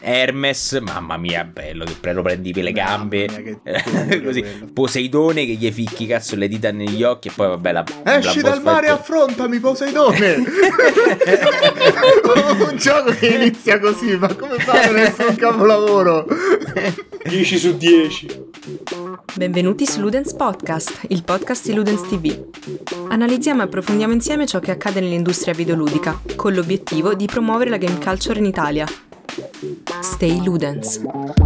Hermes, mamma mia, bello, che lo prendi per le gambe. Così. Poseidone che gli ficchi cazzo le dita negli occhi e poi vabbè esci dal mare, affrontami Poseidone. Un gioco che inizia così, ma come fai a essere un capolavoro? 10 su 10. Benvenuti su Ludens Podcast, il podcast di Ludens TV. Analizziamo e approfondiamo insieme ciò che accade nell'industria videoludica, con l'obiettivo di promuovere la game culture in Italia. Stay Ludens.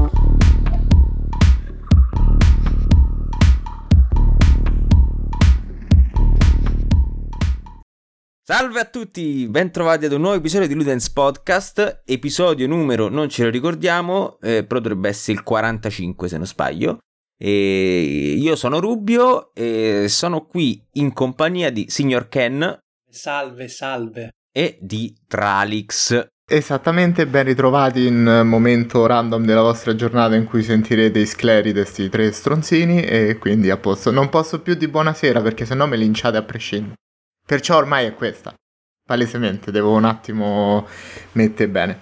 Salve a tutti, ben trovati ad un nuovo episodio di Ludens Podcast, episodio numero, non ce lo ricordiamo, però dovrebbe essere il 45 se non sbaglio. E io sono Rubio e sono qui in compagnia di Signor Ken. Salve. E di Tralix. Esattamente, ben ritrovati in momento random della vostra giornata in cui sentirete i scleri di questi tre stronzini e quindi a posto. Non posso più di buonasera perché sennò me linciate a prescindere. Perciò ormai è questa. Palesemente, devo un attimo mettere bene.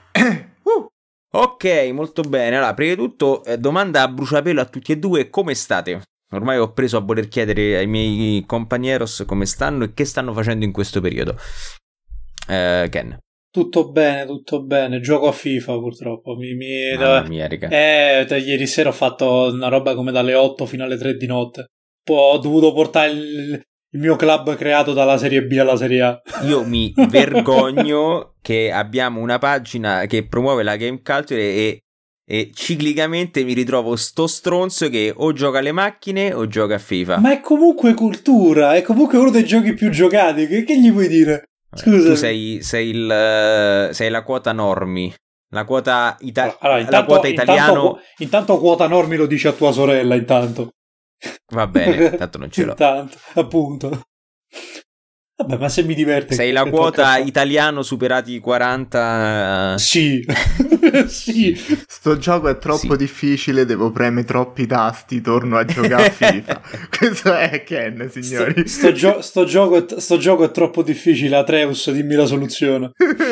Ok, molto bene. Allora, prima di tutto, domanda a bruciapelo a tutti e due, come state? Ormai ho preso a voler chiedere ai miei compañeros come stanno e che stanno facendo in questo periodo. Ken. Tutto bene. Gioco a FIFA purtroppo. Mamma mia, raga. Ieri sera ho fatto una roba come dalle 8 fino alle 3 di notte. Poi ho dovuto portare il mio club creato dalla Serie B alla Serie A. Io mi vergogno che abbiamo una pagina che promuove la game culture e ciclicamente mi ritrovo sto stronzo che o gioca alle macchine o gioca a FIFA. Ma è comunque cultura, è comunque uno dei giochi più giocati. Che gli vuoi dire? Scusa. Tu sei la quota normi. La quota, la quota italiano. Intanto quota normi lo dici a tua sorella, intanto. Va bene, tanto non ce l'ho. Tanto, appunto. Vabbè, ma se mi diverte. Sei la quota italiano superati i 40. Sì. Sì. Sto gioco è troppo difficile, devo premere troppi tasti, torno a giocare a FIFA. Questo è Ken, signori. Sto gioco è troppo difficile, Atreus, dimmi la soluzione.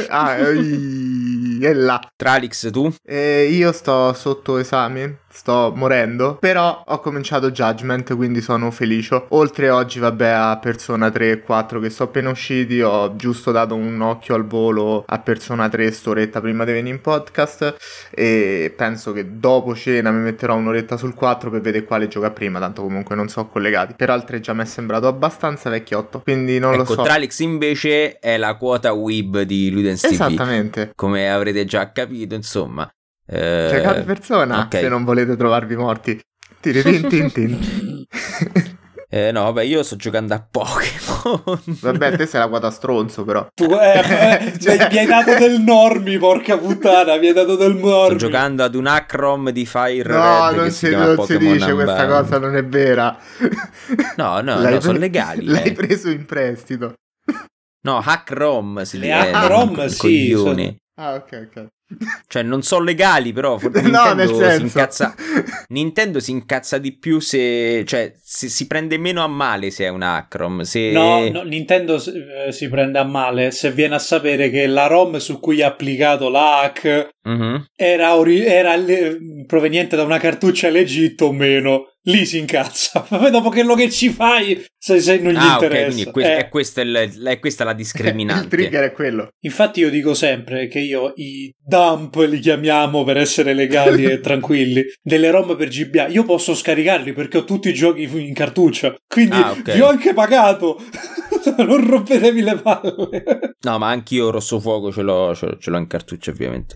È là. Tralix, tu? Io sto sotto esame, sto morendo, però ho cominciato Judgment, quindi sono felice. Oltre oggi, vabbè, a Persona 3 e 4 che sono appena usciti, ho giusto dato un occhio al volo a Persona 3 st'oretta prima di venire in podcast e penso che dopo cena mi metterò un'oretta sul 4 per vedere quale gioca prima, tanto comunque non so collegati. Per altre già mi è sembrato abbastanza vecchiotto, quindi non lo so. Tralix invece è la quota Weeb di Ludens TV. Esattamente. Come avrete già capito, insomma. Giocate Persona, okay. Se non volete trovarvi morti. No, vabbè, io sto giocando a Pokémon. Vabbè, te sei la quota stronzo, però. Tu mi hai dato del normi, porca puttana, mi hai dato del normi. Sto giocando ad un Acrom di Fire Red. No, non si dice questa cosa, non è vera. No, sono legali. L'hai preso in prestito. No, Hack-ROM si dice. Le Hack-ROM, sì. Ah, ok. Cioè non sono legali, però Nintendo si incazza di più se si prende meno a male se è un Acrom. No, Nintendo si prende a male se viene a sapere che la ROM su cui è applicato la hack era proveniente da una cartuccia legitto o meno. Lì si incazza. Dopo che lo che ci fai se non gli interessa. Ok, quindi è questa la discriminante. Il trigger è quello. Infatti io dico sempre che io i dump li chiamiamo per essere legali e tranquilli delle ROM per GBA. Io posso scaricarli perché ho tutti i giochi in cartuccia. Quindi vi ho anche pagato. Non rompetevi le palle. No, ma anch'io Rosso Fuoco ce l'ho in cartuccia, ovviamente.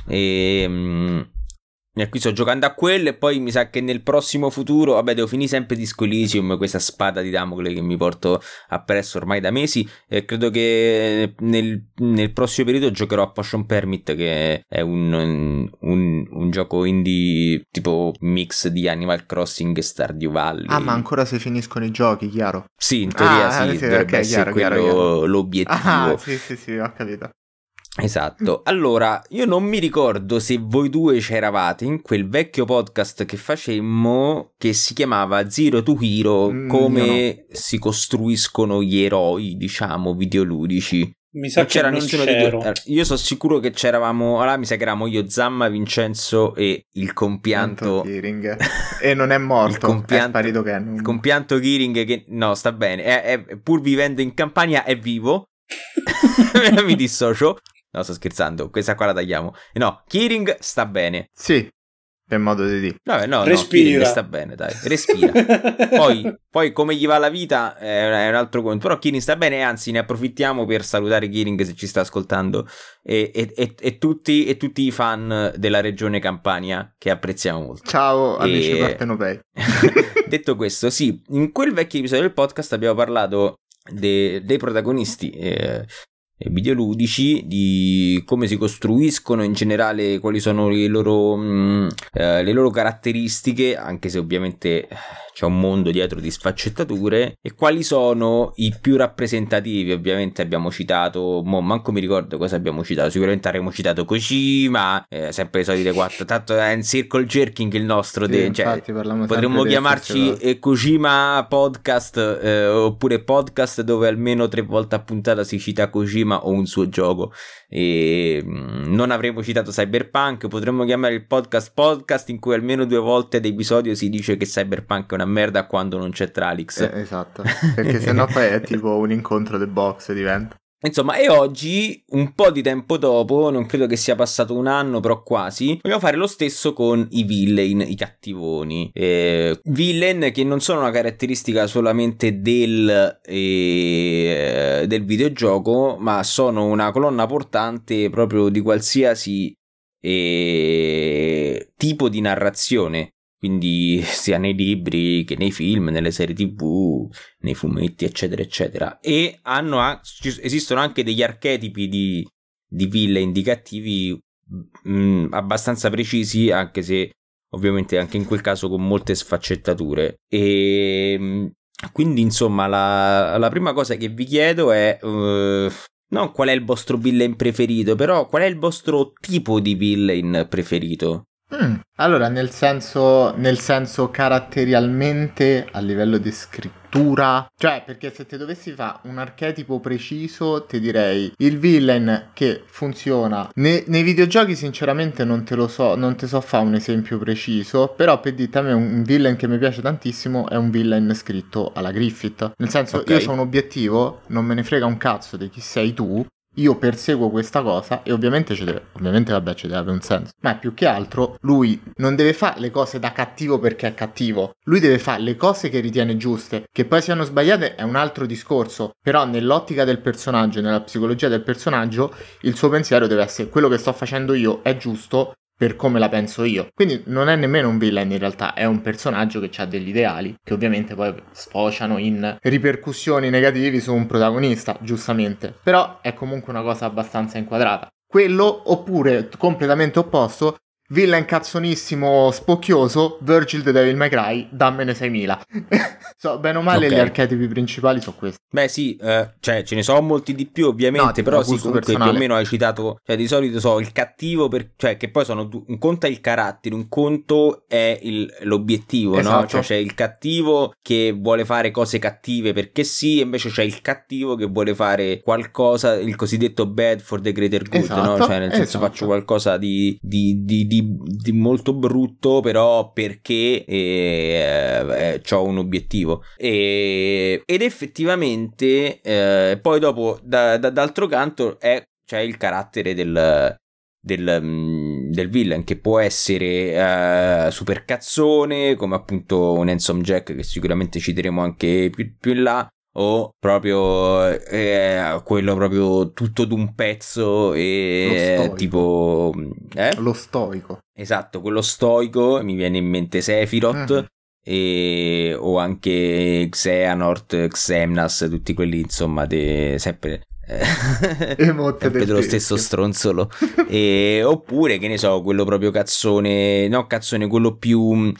E qui sto giocando a quello e poi mi sa che nel prossimo futuro, vabbè, devo finire sempre Disco Elysium, questa spada di Damocle che mi porto appresso ormai da mesi, e credo che nel prossimo periodo giocherò a Potion Permit, che è un gioco indie tipo mix di Animal Crossing e Stardew Valley. Ah, ma ancora se finiscono i giochi, chiaro? Sì, in teoria sì, dovrebbe essere quello l'obiettivo. Ah, sì, ho capito. Esatto. Allora, io non mi ricordo se voi due c'eravate in quel vecchio podcast che facemmo che si chiamava Zero to Hero, come si costruiscono gli eroi, diciamo, videoludici. Mi sa che non nessuno c'ero. di due. Io sono sicuro che c'eravamo. Allora mi sa che eravamo io, Zamma, Vincenzo e il compianto Kearing. E non è morto, è sparito Ken. Il compianto Kearing che no, sta bene. È pur vivendo in Campania è vivo. Mi dissocio. No, sto scherzando. Questa qua la tagliamo. No, Kearing sta bene. Sì. Per modo di dire. Vabbè, no, respira. No, sta bene, dai, respira. poi come gli va la vita è un altro conto. Però Kearing sta bene, anzi ne approfittiamo per salutare Kearing se ci sta ascoltando e tutti i fan della regione Campania che apprezziamo molto. Ciao amici partenopei. Detto questo, sì, in quel vecchio episodio del podcast abbiamo parlato dei protagonisti videoludici, di come si costruiscono in generale, quali sono le loro caratteristiche, anche se ovviamente c'è un mondo dietro di sfaccettature, e quali sono i più rappresentativi. Ovviamente abbiamo citato, manco mi ricordo cosa abbiamo citato, sicuramente avremmo citato Kojima, sempre le solite 4, tanto è in circle jerking il nostro, sì, cioè, potremmo chiamarci Kojima podcast, oppure podcast dove almeno 3 volte a puntata si cita Kojima o un suo gioco, e non avremmo citato Cyberpunk. Potremmo chiamare il podcast in cui almeno 2 volte ad episodio si dice che Cyberpunk è una merda quando non c'è Tralix, esatto, perché sennò poi è tipo un incontro the box diventa. Insomma, e oggi, un po' di tempo dopo, non credo che sia passato un anno, però quasi, vogliamo fare lo stesso con i villain, i cattivoni. Villain che non sono una caratteristica solamente del videogioco, ma sono una colonna portante proprio di qualsiasi tipo di narrazione. Quindi sia nei libri che nei film, nelle serie TV, nei fumetti, eccetera, eccetera. E esistono anche degli archetipi di villain, di cattivi abbastanza precisi, anche se ovviamente anche in quel caso con molte sfaccettature. E quindi insomma la prima cosa che vi chiedo è non qual è il vostro villain preferito, però qual è il vostro tipo di villain preferito? Allora, nel senso caratterialmente a livello di scrittura, cioè perché se ti dovessi fare un archetipo preciso ti direi il villain che funziona nei videogiochi. Sinceramente non te so fare un esempio preciso, però per dirti, a me un villain che mi piace tantissimo è un villain scritto alla Griffith, nel senso okay. Io ho un obiettivo, non me ne frega un cazzo di chi sei tu, io perseguo questa cosa e ovviamente ci deve avere un senso, ma più che altro lui non deve fare le cose da cattivo perché è cattivo, lui deve fare le cose che ritiene giuste, che poi siano sbagliate è un altro discorso, però nell'ottica del personaggio, nella psicologia del personaggio, il suo pensiero deve essere: quello che sto facendo io è giusto per come la penso io. Quindi non è nemmeno un villain, in realtà è un personaggio che ha degli ideali che ovviamente poi sfociano in ripercussioni negativi su un protagonista, giustamente, però è comunque una cosa abbastanza inquadrata. Quello, oppure completamente opposto, villain cazzonissimo spocchioso, Virgil the Devil May Cry, dammene 6000. Bene o male, okay. Gli archetipi principali sono questi. Beh sì, cioè ce ne sono molti di più ovviamente, no, però sì, comunque personale. Più o meno hai citato, cioè di solito il cattivo, cioè che poi un conto è il carattere, un conto è l'obiettivo, esatto. No? Cioè c'è il cattivo che vuole fare cose cattive perché sì, e invece c'è il cattivo che vuole fare qualcosa, il cosiddetto bad for the greater good, esatto. No? Cioè nel senso faccio qualcosa di molto brutto, però perché c'ho un obiettivo. Ed effettivamente poi dopo d'altro canto c'è il carattere del villain, che può essere super cazzone, come appunto un Handsome Jack, che sicuramente citeremo anche più in là, o proprio quello proprio tutto d'un pezzo e tipo lo stoico. Esatto, quello stoico. Mi viene in mente Sephiroth, o anche Xehanort, Xemnas, tutti quelli insomma sempre dello stesso stronzolo. Oppure che ne so, quello proprio cazzone, quello più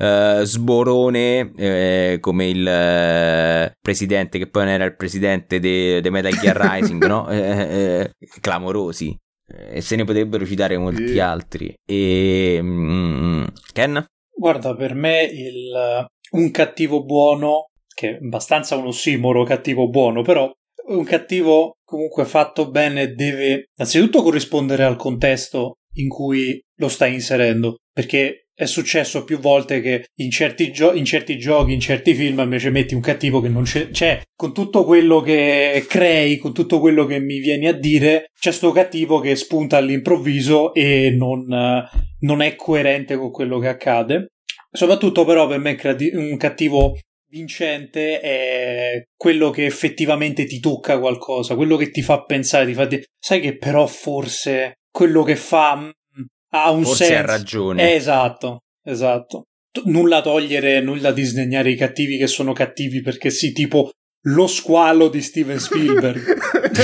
sborone, come il presidente, che poi non era il presidente di Metal Gear Rising, no? Clamorosi, e se ne potrebbero citare molti altri. Ken? Guarda, per me un cattivo buono, che è abbastanza un ossimoro cattivo buono, però un cattivo comunque fatto bene deve innanzitutto corrispondere al contesto in cui lo stai inserendo, perché è successo più volte che in certi giochi, in certi film invece metti un cattivo che non c'è, cioè con tutto quello che crei, con tutto quello che mi vieni a dire, c'è sto cattivo che spunta all'improvviso e non è coerente con quello che accade. Soprattutto però per me un cattivo vincente è quello che effettivamente ti tocca qualcosa, quello che ti fa pensare, ti fa dire, sai che però forse quello che fa ha un forse senso. Ha ragione. Esatto. Nulla togliere, nulla disdegnare i cattivi che sono cattivi perché sì, tipo lo squalo di Steven Spielberg.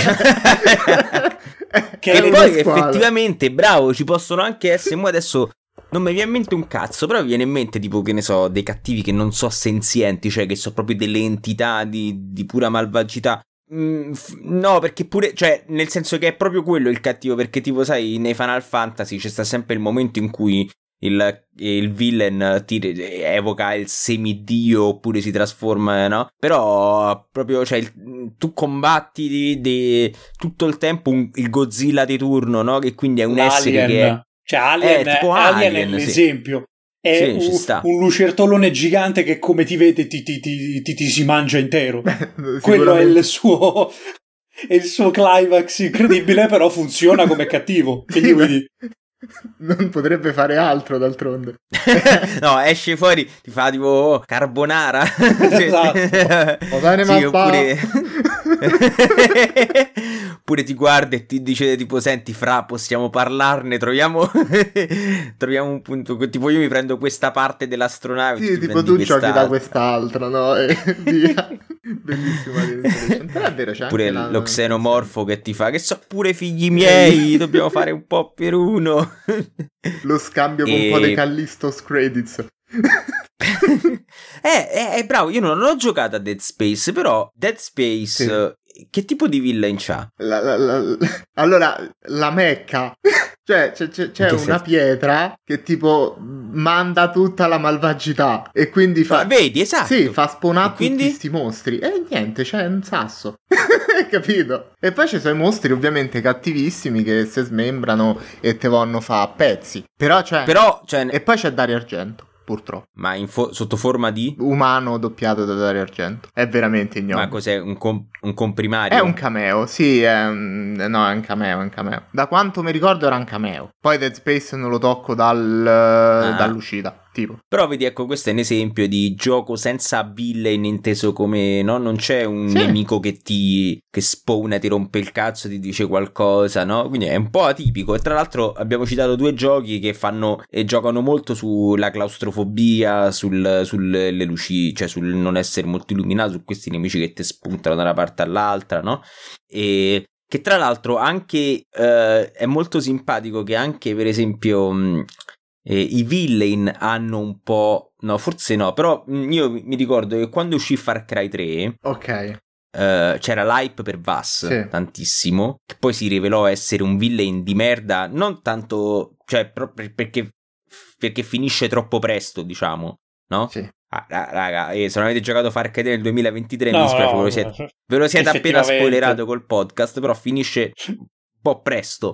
che poi effettivamente, bravo, ci possono anche essere, mo adesso non mi viene in mente un cazzo, però mi viene in mente tipo, che ne so, dei cattivi che non so senzienti, cioè che sono proprio delle entità di pura malvagità. No, perché pure, cioè, nel senso che è proprio quello il cattivo, perché tipo, sai, nei Final Fantasy c'è sta sempre il momento in cui il villain evoca il semidio oppure si trasforma, no? Però proprio, cioè, tu combatti tutto il tempo il Godzilla di turno, no? Che quindi è un essere che è... Cioè Alien è l'esempio. Sì. È un lucertolone gigante che come ti vede ti si mangia intero. Quello è il suo climax incredibile, però funziona come cattivo. Sì, quindi vuoi non potrebbe fare altro d'altronde. No, esce fuori, ti fa tipo carbonara. Esatto. Oppure ti guarda e ti dice tipo, senti Fra, possiamo parlarne, troviamo un punto, tipo io mi prendo questa parte dell'astronave. Sì, tipo tu giochi da quest'altra, no? E via. Bellissima. Però è vero, c'è pure anche lo xenomorfo che ti fa, che so pure figli miei, dobbiamo fare un po' per uno. Lo scambio con un po' di Callisto's credits. Bravo, io non ho giocato a Dead Space, però Dead Space sì. Che tipo di villain c'ha? Allora, la Mecca. Cioè c'è una pietra che tipo manda tutta la malvagità e quindi fa... Vedi, esatto. Sì, fa spawnare tutti sti mostri. E niente, c'è un sasso. Capito? E poi ci sono i mostri ovviamente cattivissimi che si smembrano e te vanno fa a pezzi. Però cioè... E poi c'è Dario Argento. Purtroppo. Ma sotto forma di? Umano doppiato da Dario Argento. È veramente ignoto. Ma cos'è? Un comprimario? È un cameo, sì, è un cameo. Da quanto mi ricordo era un cameo. Poi Dead Space non lo tocco dall'uscita, tipo. Però vedi, ecco, questo è un esempio di gioco senza villain inteso come, no? Non c'è un nemico che spawna, ti rompe il cazzo, ti dice qualcosa, no? Quindi è un po' atipico. E tra l'altro abbiamo citato 2 giochi che fanno e giocano molto sulla claustrofobia, sulle luci, cioè sul non essere molto illuminato, su questi nemici che ti spuntano da una parte all'altra, no? E che tra l'altro anche è molto simpatico che anche per esempio i villain hanno un po', no, forse no, però io mi ricordo che quando uscì Far Cry 3 c'era l'hype per Vass, sì, tantissimo, che poi si rivelò essere un villain di merda, non tanto, cioè perché finisce troppo presto, diciamo, no? Sì. Raga, se non avete giocato Far Cry 3 nel 2023 mi dispiace, ve lo siete appena spoilerato col podcast, però finisce un po' presto.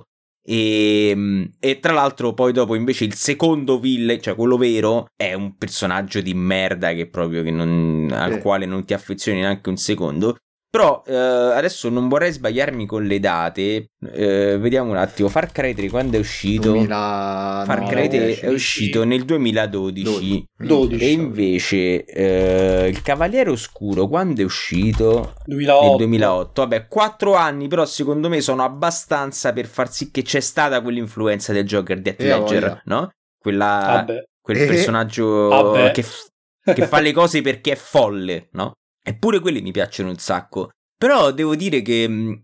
E tra l'altro poi dopo invece il secondo villain, cioè quello vero, è un personaggio di merda che proprio al quale non ti affezioni neanche un secondo. Però adesso non vorrei sbagliarmi con le date, vediamo un attimo. Far Cry 3 quando è uscito? Far Cry 3 è uscito nel 2012 e invece il Cavaliere Oscuro quando è uscito? 2008. Nel 2008. Vabbè, 4 anni, però secondo me sono abbastanza per far sì che c'è stata quell'influenza del Joker di Heath Ledger, no? Quel personaggio che fa le cose perché è folle, no? Eppure quelli mi piacciono un sacco. Però devo dire che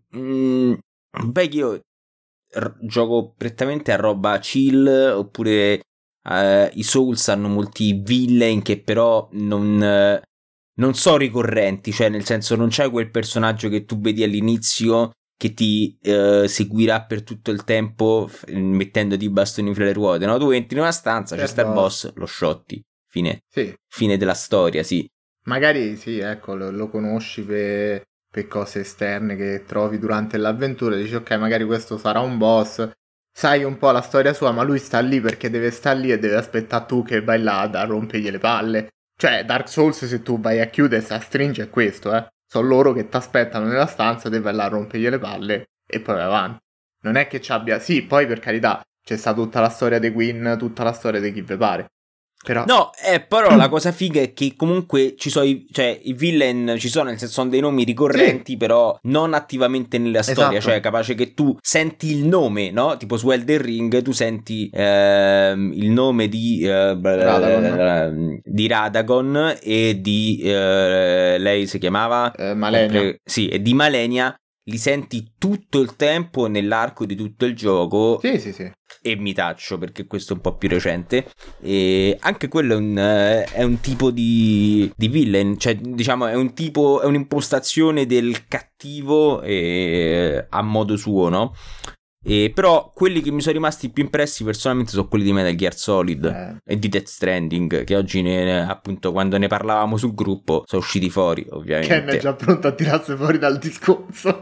io gioco prettamente a roba chill. Oppure i Souls hanno molti villain che però non sono ricorrenti. Cioè nel senso non c'è quel personaggio che tu vedi all'inizio che ti seguirà per tutto il tempo mettendoti i bastoni fra le ruote, no? Tu entri in una stanza, c'è sta il boss, lo shotti. Fine della storia, sì. Magari sì, ecco, lo conosci per per cose esterne che trovi durante l'avventura, dici ok, magari questo sarà un boss, sai un po' la storia sua, ma lui sta lì perché deve stare lì e deve aspettare tu che vai là a rompergli le palle. Cioè, Dark Souls, se tu vai a chiudere a stringe è questo, sono loro che ti aspettano nella stanza, devi vai là a rompergli le palle e poi vai avanti. Non è che ci abbia... Sì, poi per carità, c'è stata tutta la storia dei Queen, tutta la storia di chi ve pare. Però... No, però la cosa figa è che comunque ci sono i villain, ci sono, nel senso sono dei nomi ricorrenti, sì, però non attivamente nella storia, cioè capace che tu senti il nome, no? Tipo su Elden Ring tu senti il nome di Radagon e di lei si chiamava? Malenia. Sì, e di Malenia. Li senti tutto il tempo nell'arco di tutto il gioco. Sì. E mi taccio perché questo è un po' più recente. E anche quello è un tipo di villain. Cioè, diciamo, è un'impostazione del cattivo a modo suo, no? Però quelli che mi sono rimasti più impressi personalmente sono quelli di Metal Gear Solid e di Death Stranding, che oggi appunto quando ne parlavamo sul gruppo sono usciti fuori, ovviamente. Ken è già pronto a tirarsi fuori dal discorso.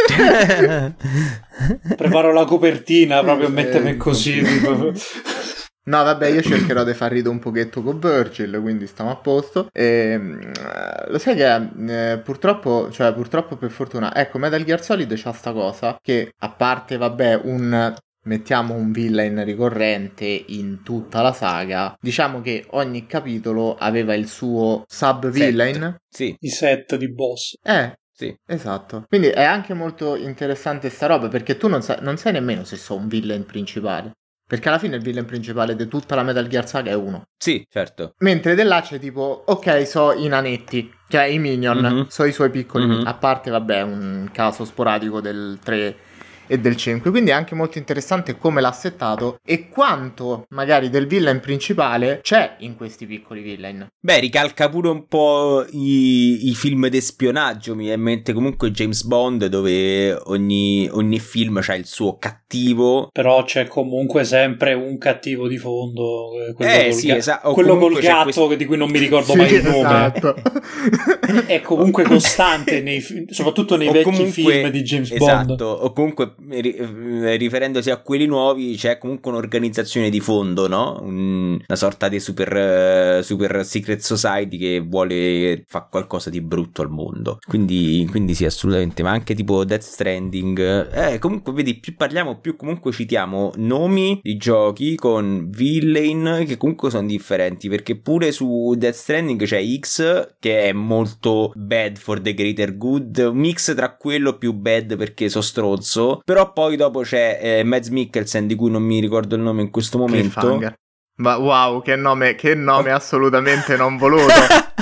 Preparo la copertina proprio a mettermi così. No, vabbè, io cercherò di far ridere un pochetto con Virgil, quindi stiamo a posto. Lo sai che purtroppo per fortuna, ecco, Metal Gear Solid c'ha sta cosa che, a parte, vabbè, mettiamo un villain ricorrente in tutta la saga, diciamo che ogni capitolo aveva il suo sub-villain. Sì. I set di boss. Sì. Esatto. Quindi è anche molto interessante sta roba, perché tu non sai nemmeno se so un villain principale. Perché alla fine il villain principale di tutta la Metal Gear saga è uno. Sì, certo. Mentre là c'è tipo, ok, so i nanetti, cioè i minion, so i suoi piccoli, a parte, vabbè, un caso sporadico del 3 e del 5. Quindi è anche molto interessante come l'ha settato e quanto magari del villain principale c'è in questi piccoli villain. Beh, ricalca pure un po' i film di spionaggio, mi viene in mente comunque James Bond, dove ogni film c'ha il suo cattivo. Però c'è comunque sempre un cattivo di fondo, esatto. Quello col gatto di cui non mi ricordo mai il nome. Esatto. È comunque costante soprattutto nei vecchi film di James Bond. Esatto, o comunque riferendosi a quelli nuovi c'è comunque un'organizzazione di fondo, no? Una sorta di super secret society che vuole fare qualcosa di brutto al mondo. Quindi sì, assolutamente. Ma anche tipo Death Stranding, comunque vedi, più parliamo più comunque citiamo nomi di giochi con villain che comunque sono differenti, perché pure su Death Stranding c'è X che è molto bad for the greater good, un mix tra quello più bad perché so stronzo, però poi dopo c'è Mads Mikkelsen, di cui non mi ricordo il nome in questo momento. Ma wow, che nome assolutamente non voluto.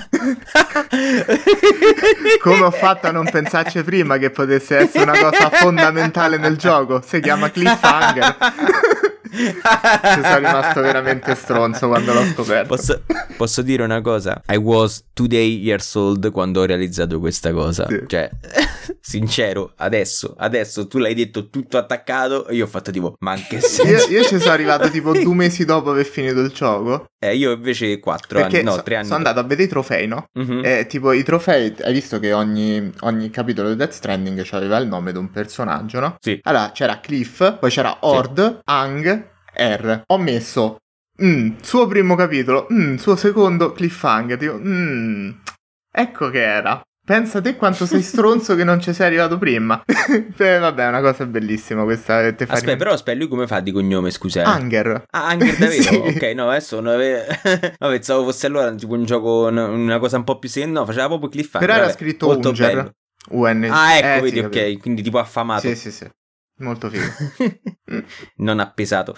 Come ho fatto a non pensarci prima che potesse essere una cosa fondamentale nel gioco? Si chiama Cliffhanger. Ci sono rimasto veramente stronzo quando l'ho scoperto. Posso dire una cosa? I was 2 years old quando ho realizzato questa cosa. Sì. Cioè, sincero, adesso tu l'hai detto tutto attaccato e io ho fatto tipo, ma anche se io ci sono arrivato tipo 2 mesi dopo aver finito il gioco. Io invece 3 anni. Sono andato a vedere i trofei, no? Tipo i trofei, hai visto che ogni capitolo di Death Stranding aveva il nome di un personaggio, no? Sì. Allora c'era Cliff, poi c'era Horde, Ang, R. Ho messo suo primo capitolo, suo secondo Cliffhanger, tipo, ecco che era. Pensa te quanto sei stronzo che non ci sei arrivato prima. Vabbè, è una cosa bellissima questa. Però lui come fa di cognome, scusa? Anger. Ah, Anger davvero? Sì. Ok, no, adesso no, pensavo fosse allora tipo un gioco, una cosa un po' più semplice. No, faceva proprio Cliffhanger. Però era scritto Unger. Ecco, vedi, ok, capito. Quindi tipo affamato. Sì. Molto figo. Non appesato.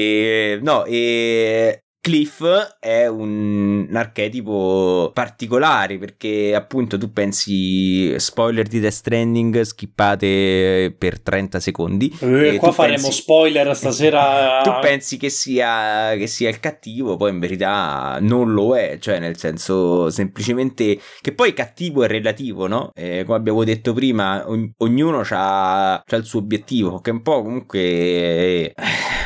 Cliff è un archetipo particolare perché appunto tu pensi spoiler di Death Stranding skippate per 30 secondi qua faremo spoiler stasera. Tu pensi che sia il cattivo, poi in verità non lo è, cioè nel senso semplicemente che poi cattivo è relativo, no? Come abbiamo detto prima, ognuno c'ha il suo obiettivo, che un po' comunque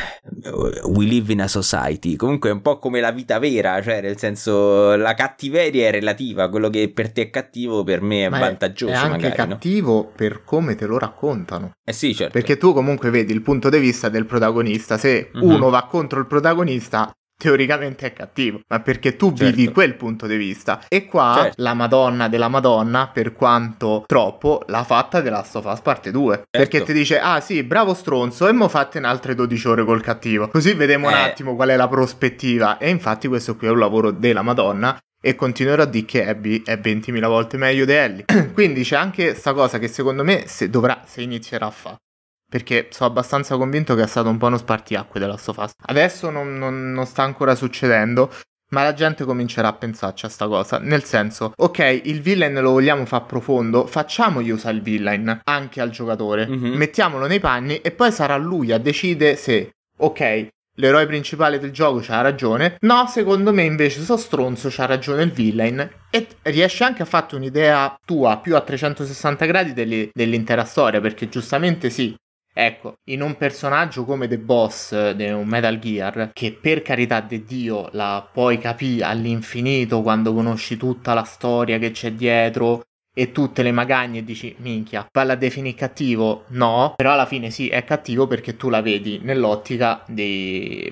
we live in a society, comunque è un po' come la vita vera, cioè nel senso la cattiveria è relativa, quello che per te è cattivo per me è vantaggioso, è anche magari, cattivo, no? Per come te lo raccontano. Sì, certo. Perché tu comunque vedi il punto di vista del protagonista, se uno va contro il protagonista teoricamente è cattivo, ma perché tu vivi quel punto di vista. E qua la Madonna della Madonna, per quanto troppo, l'ha fatta The Last of Us parte 2, perché ti dice ah sì, bravo stronzo, e mo fatte in altre 12 ore col cattivo, così vediamo un attimo qual è la prospettiva. E infatti questo qui è un lavoro della Madonna, e continuerò a dire che Abby è 20.000 volte meglio di Ellie. Quindi c'è anche sta cosa che secondo me se inizierà a fare, perché sono abbastanza convinto che è stato un po' uno spartiacque della Last of Us. Adesso non sta ancora succedendo, ma la gente comincerà a pensarci a sta cosa. Nel senso, ok, il villain lo vogliamo far profondo, facciamogli usare il villain anche al giocatore, mettiamolo nei panni e poi sarà lui a decidere se, ok, l'eroe principale del gioco c'ha ragione, no, secondo me invece so stronzo, c'ha ragione il villain, e riesci anche a farti un'idea tua più a 360 gradi dell'intera storia, perché giustamente sì. Ecco, in un personaggio come The Boss di un Metal Gear, che per carità di Dio la puoi capire all'infinito quando conosci tutta la storia che c'è dietro e tutte le magagne e dici minchia, vale a definire cattivo? No, però alla fine sì, è cattivo perché tu la vedi nell'ottica dei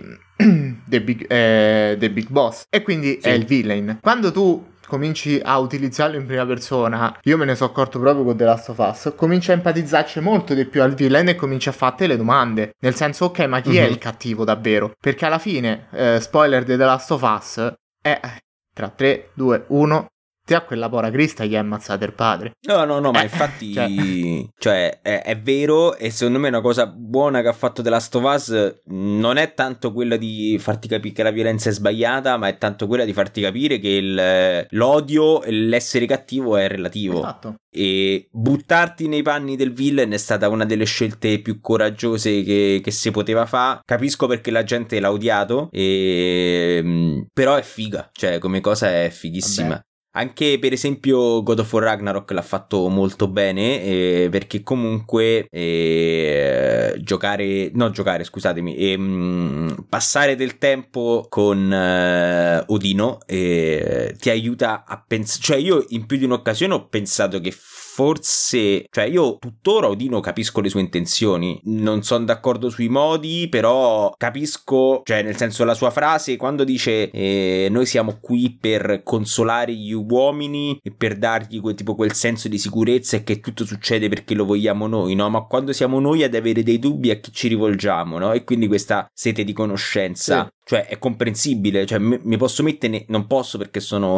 Big Boss, e quindi è il villain. Quando tu cominci a utilizzarlo in prima persona, io me ne sono accorto proprio con The Last of Us, cominci a empatizzarci molto di più al villain e cominci a farti le domande, nel senso ok, ma chi è il cattivo davvero? Perché alla fine, spoiler di The Last of Us, tra 3, 2, 1, te a quella povera Crista gli ha ammazzato il padre. No, ma infatti cioè è vero, e secondo me una cosa buona che ha fatto The Last of Us non è tanto quella di farti capire che la violenza è sbagliata, ma è tanto quella di farti capire che l'odio e l'essere cattivo è relativo. Esatto. E buttarti nei panni del villain è stata una delle scelte più coraggiose che si poteva fare. Capisco perché la gente l'ha odiato, però è figa, cioè come cosa è fighissima. Vabbè. Anche per esempio God of War Ragnarok l'ha fatto molto bene, perché comunque passare del tempo con Odino ti aiuta a pensare. Cioè io in più di un'occasione ho pensato che forse, cioè io tuttora Odino capisco le sue intenzioni, non sono d'accordo sui modi, però capisco, cioè nel senso la sua frase quando dice noi siamo qui per consolare gli uomini e per dargli quel senso di sicurezza e che tutto succede perché lo vogliamo noi, no? Ma quando siamo noi ad avere dei dubbi a chi ci rivolgiamo, no? E quindi questa sete di conoscenza, cioè è comprensibile, cioè mi posso mettere, non posso perché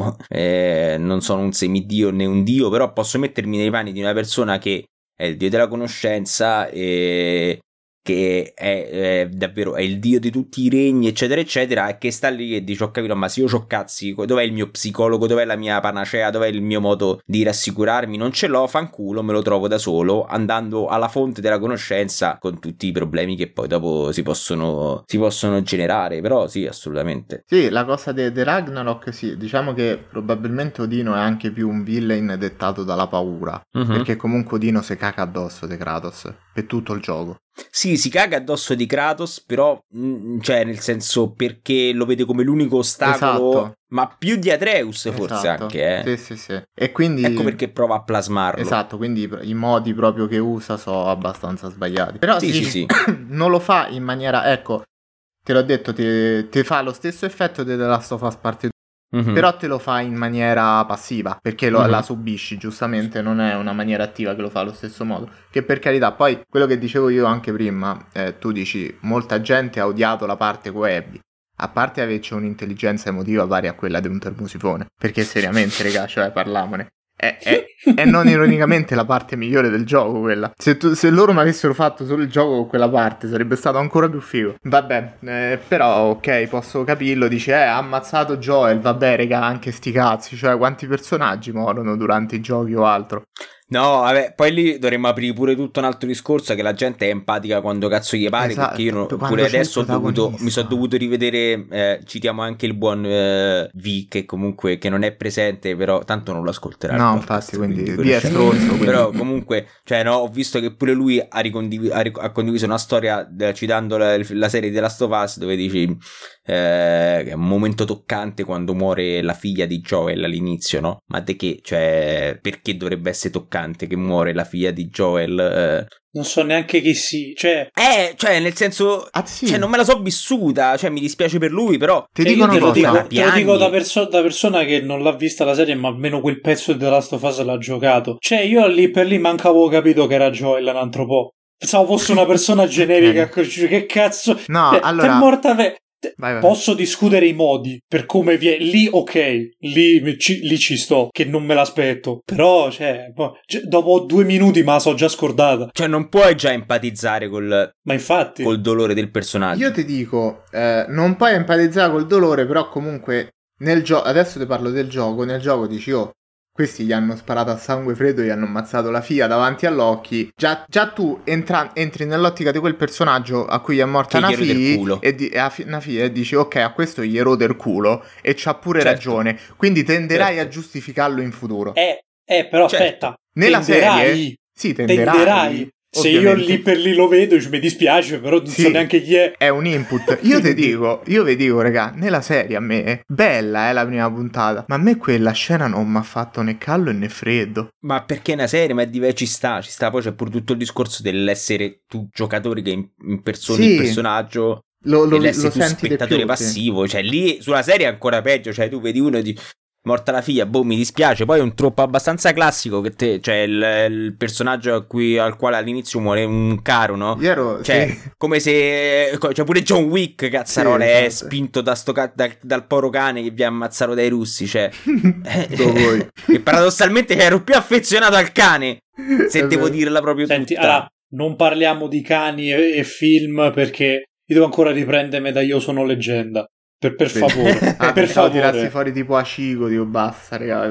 non sono un semidio né un dio, però posso mettermi nei panni di una persona che è il dio della conoscenza e che è davvero è il dio di tutti i regni eccetera eccetera, e che sta lì e dice ho capito, ma se io c'ho cazzi, dov'è il mio psicologo, dov'è la mia panacea, dov'è il mio modo di rassicurarmi? Non ce l'ho, fanculo, me lo trovo da solo andando alla fonte della conoscenza con tutti i problemi che poi dopo si possono generare. Però sì, assolutamente sì, la cosa di Ragnarok, sì, diciamo che probabilmente Odino è anche più un villain dettato dalla paura, perché comunque Odino si caga addosso di Kratos per tutto il gioco. Sì, si caga addosso di Kratos, però cioè nel senso perché lo vede come l'unico ostacolo, esatto. Ma più di Atreus forse, esatto. Anche sì. E quindi ecco perché prova a plasmarlo. Esatto, quindi i modi proprio che usa sono abbastanza sbagliati. Però sì. Non lo fa in maniera, ecco, te l'ho detto, ti fa lo stesso effetto di The Last of Us Part 2, però te lo fa in maniera passiva, perché la subisci, giustamente, non è una maniera attiva che lo fa allo stesso modo. Che per carità, poi quello che dicevo io anche prima, tu dici, molta gente ha odiato la parte con Abby. A parte averci un'intelligenza emotiva pari a quella di un termosifone, perché seriamente, raga, cioè parlamone. È non ironicamente la parte migliore del gioco quella. Se loro mi avessero fatto solo il gioco con quella parte sarebbe stato ancora più figo. Vabbè, però ok, posso capirlo. Dice ha ammazzato Joel. Vabbè raga, anche sti cazzi. Cioè quanti personaggi morono durante i giochi o altro. No, vabbè, poi lì dovremmo aprire pure tutto un altro discorso, che la gente è empatica quando cazzo gli pare, Esatto, perché io quando pure c'è adesso il mi sono dovuto rivedere, citiamo anche il buon V, che comunque che non è presente, però tanto non lo ascolterà. No, podcast, infatti, quindi V è stronzo. Quindi. Però comunque, cioè no, ho visto che pure lui ha condiviso una storia citando la serie di The Last of Us, dove dici che è un momento toccante quando muore la figlia di Joel all'inizio, no? Ma de che, cioè, perché dovrebbe essere toccante che muore la figlia di Joel? Non so neanche chi cioè nel senso, sì. cioè non me la so vissuta, cioè mi dispiace per lui, però te lo dico da persona che non l'ha vista la serie, ma almeno quel pezzo di The Last of Us l'ha giocato. Cioè io lì per lì mancavo capito che era Joel un altro po'. Pensavo fosse una persona generica, che cazzo. No, allora è morta vai. Posso discutere i modi per come viene lì, ok, lì ci sto, che non me l'aspetto, però cioè dopo 2 minuti me la so già scordata. Cioè non puoi già empatizzare ma infatti col dolore del personaggio. Io ti dico, non puoi empatizzare col dolore, però comunque nel gioco, adesso ti parlo del gioco, nel gioco dici questi gli hanno sparato a sangue freddo, gli hanno ammazzato la figlia davanti agli già tu entri nell'ottica di quel personaggio a cui è morta una figlia e dici ok, a questo gli rode il culo e c'ha pure ragione, quindi tenderai a giustificarlo in futuro. Però aspetta, nella serie tenderai. Se ovviamente. Io lì per lì lo vedo, mi dispiace, però non so neanche chi è. È un input. Io vi dico, raga, nella serie a me, bella la prima puntata, ma a me quella scena non mi ha fatto né caldo né freddo. Ma perché è una serie, ma ci sta. Poi c'è pure tutto il discorso dell'essere tu giocatore che impersoni il personaggio. L'essere tu spettatore passivo. Cioè lì sulla serie è ancora peggio. Cioè tu vedi uno di morta la figlia, mi dispiace. Poi è un troppo abbastanza classico che cioè il personaggio al quale all'inizio muore un caro, no? Come se cioè pure John Wick, cazzarole, è spinto dal poro cane che vi ha ammazzato dai russi, cioè e paradossalmente ero più affezionato al cane, se devo dirla proprio. Senti, tutta. Allora, non parliamo di cani e film, perché io devo ancora riprendermi da Io sono leggenda. Per favore, per favore. Tirarsi fuori tipo Ashiko, dico basta, raga.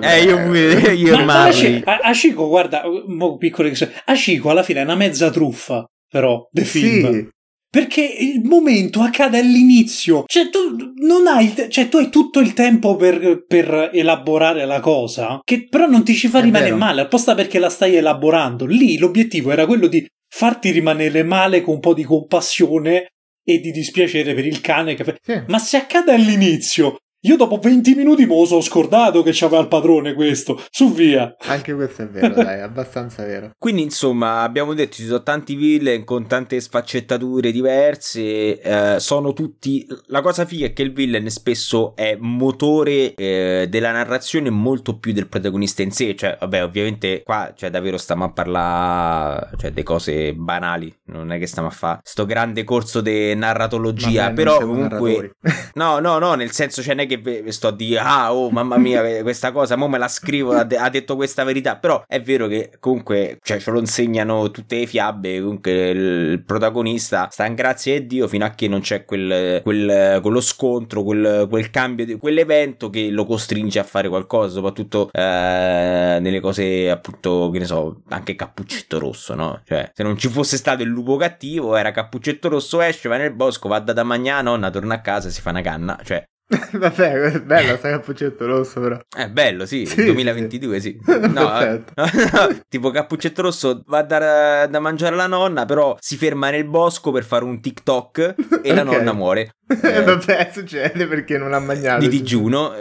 Ashiko, guarda, Ashiko alla fine è una mezza truffa, però, del film. Sì. Perché il momento accade all'inizio. Cioè, tu non hai. Cioè, tu hai tutto il tempo per elaborare la cosa, che però non ti ci fa rimanere male, apposta perché la stai elaborando. Lì l'obiettivo era quello di farti rimanere male con un po' di compassione e di dispiacere per il cane ma se accade all'inizio, io dopo 20 minuti me lo sono scordato che c'aveva il padrone questo, su via. Anche questo è vero, dai, abbastanza vero. Quindi insomma abbiamo detto ci sono tanti villain con tante sfaccettature diverse, sono tutti, la cosa figa è che il villain spesso è motore della narrazione molto più del protagonista in sé, cioè vabbè ovviamente qua cioè davvero stiamo a parlare cioè di cose banali, non è che stiamo a fare sto grande corso di narratologia, però comunque no nel senso cioè non è che sto a dire mamma mia questa cosa mo me la scrivo, ha detto questa verità, però è vero che comunque cioè ce lo insegnano tutte le fiabe, comunque il protagonista sta in grazia di Dio fino a che non c'è quello scontro, quel cambio, quell'evento che lo costringe a fare qualcosa, soprattutto nelle cose appunto che ne so, anche Cappuccetto Rosso, no? Cioè se non ci fosse stato il lupo cattivo era Cappuccetto Rosso, esce, va nel bosco, va da mangiare, nonna torna a casa, si fa una canna, cioè vabbè, bello, sai Cappuccetto Rosso però. È bello, sì, 2022 sì. No, tipo Cappuccetto Rosso va da mangiare alla nonna, però si ferma nel bosco per fare un TikTok e la nonna muore. Vabbè, succede perché non ha mangiato di digiuno,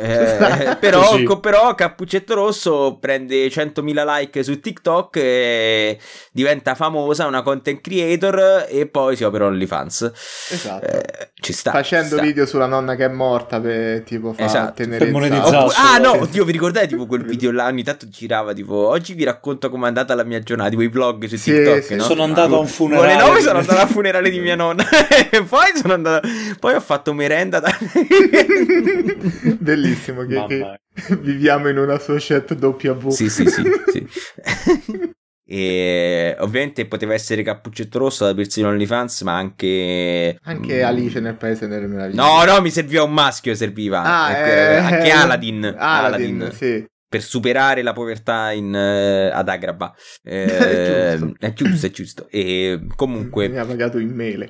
però Cappuccetto Rosso prende 100.000 like su TikTok e diventa famosa, una content creator e poi si opera OnlyFans. Esatto. Ci sta. Facendo video sulla nonna che è morta per tipo tenere monetizzare. No, oddio, vi ricordate tipo quel video là ogni tanto girava tipo oggi vi racconto com'è andata la mia giornata, tipo i vlog su TikTok, no? Sono andato a un funerale. Alle 9 sono andato al funerale di mia nonna e poi ho fatto merenda bellissimo che viviamo in una società W. Sì. E ovviamente poteva essere Cappuccetto Rosso da persino OnlyFans, ma anche Alice nel Paese delle Meraviglie. No, mi serviva un maschio, serviva anche Aladdin, sì. per superare la povertà ad Agrabah. È giusto. E comunque mi ha pagato in mele.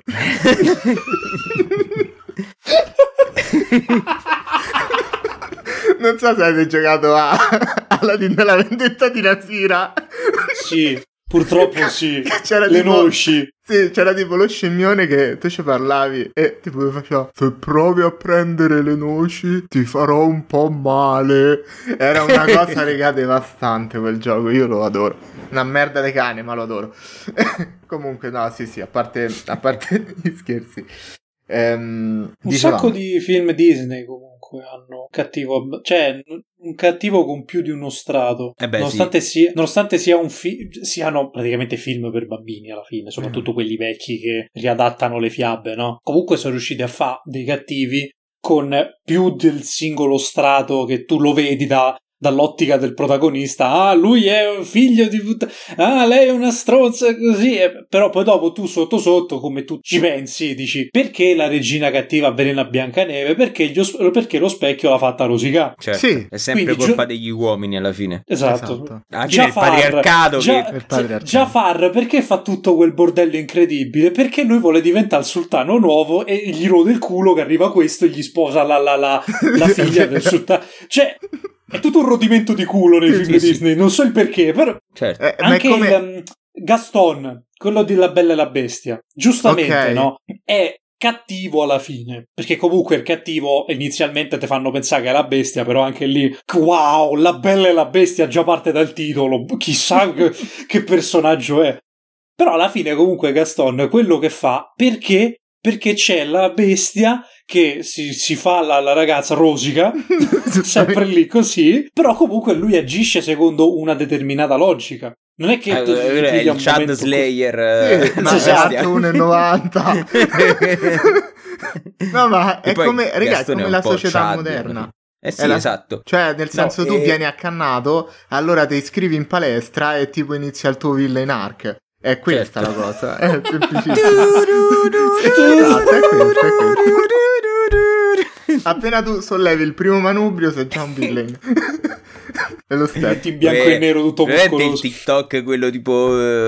Non so se avete giocato a Aladdin della vendetta di Nazira. Sì, purtroppo sì. C'era le tipo, noci. Sì, c'era tipo lo scimmione che tu ci parlavi e tipo faceva: se provi a prendere le noci ti farò un po' male. Era una cosa, raga, devastante quel gioco. Io lo adoro. Una merda di cane, ma lo adoro. Comunque no, sì, a parte gli scherzi. Un sacco di film Disney comunque hanno cattivo, cioè un cattivo con più di uno strato, nonostante siano praticamente film per bambini alla fine, soprattutto quelli vecchi che riadattano le fiabe, no? Comunque sono riusciti a fare dei cattivi con più del singolo strato che tu lo vedi dall'ottica del protagonista. Lui è un figlio di lei è una stronza, così. Però poi dopo tu sotto come tu ci pensi dici: perché la regina cattiva avvelena Biancaneve? Perché lo specchio l'ha fatta rosicare. Certo, sì. È sempre quindi colpa degli uomini alla fine. Esatto. Alla fine il patriarcato Jafar perché fa tutto quel bordello incredibile? Perché lui vuole diventare il sultano nuovo e gli rode il culo che arriva questo e gli sposa la figlia del sultano. Cioè è tutto un rodimento di culo nei film Disney, non so il perché, però certo. Anche il Gaston, quello di La Bella e la Bestia, giustamente, no? È cattivo alla fine, perché comunque il cattivo inizialmente ti fanno pensare che è la bestia, però anche lì, wow, La Bella e la Bestia già parte dal titolo, chissà che personaggio è. Però alla fine comunque Gaston quello che fa, perché c'è la bestia che si fa la ragazza rosica, sempre lì così, però comunque lui agisce secondo una determinata logica. Non è che il Chad Slayer esatto, 1,90. No, ma è come, ragazzi, come la società moderna. Sì, esatto. Cioè, nel senso, tu vieni accannato, allora ti iscrivi in palestra e tipo inizia il tuo villain arc. È questa la cosa, è semplicissima. Appena tu sollevi il primo manubrio sei già un villain. È lo stesso. In bianco e nero tutto muscoloso. Il TikTok, quello tipo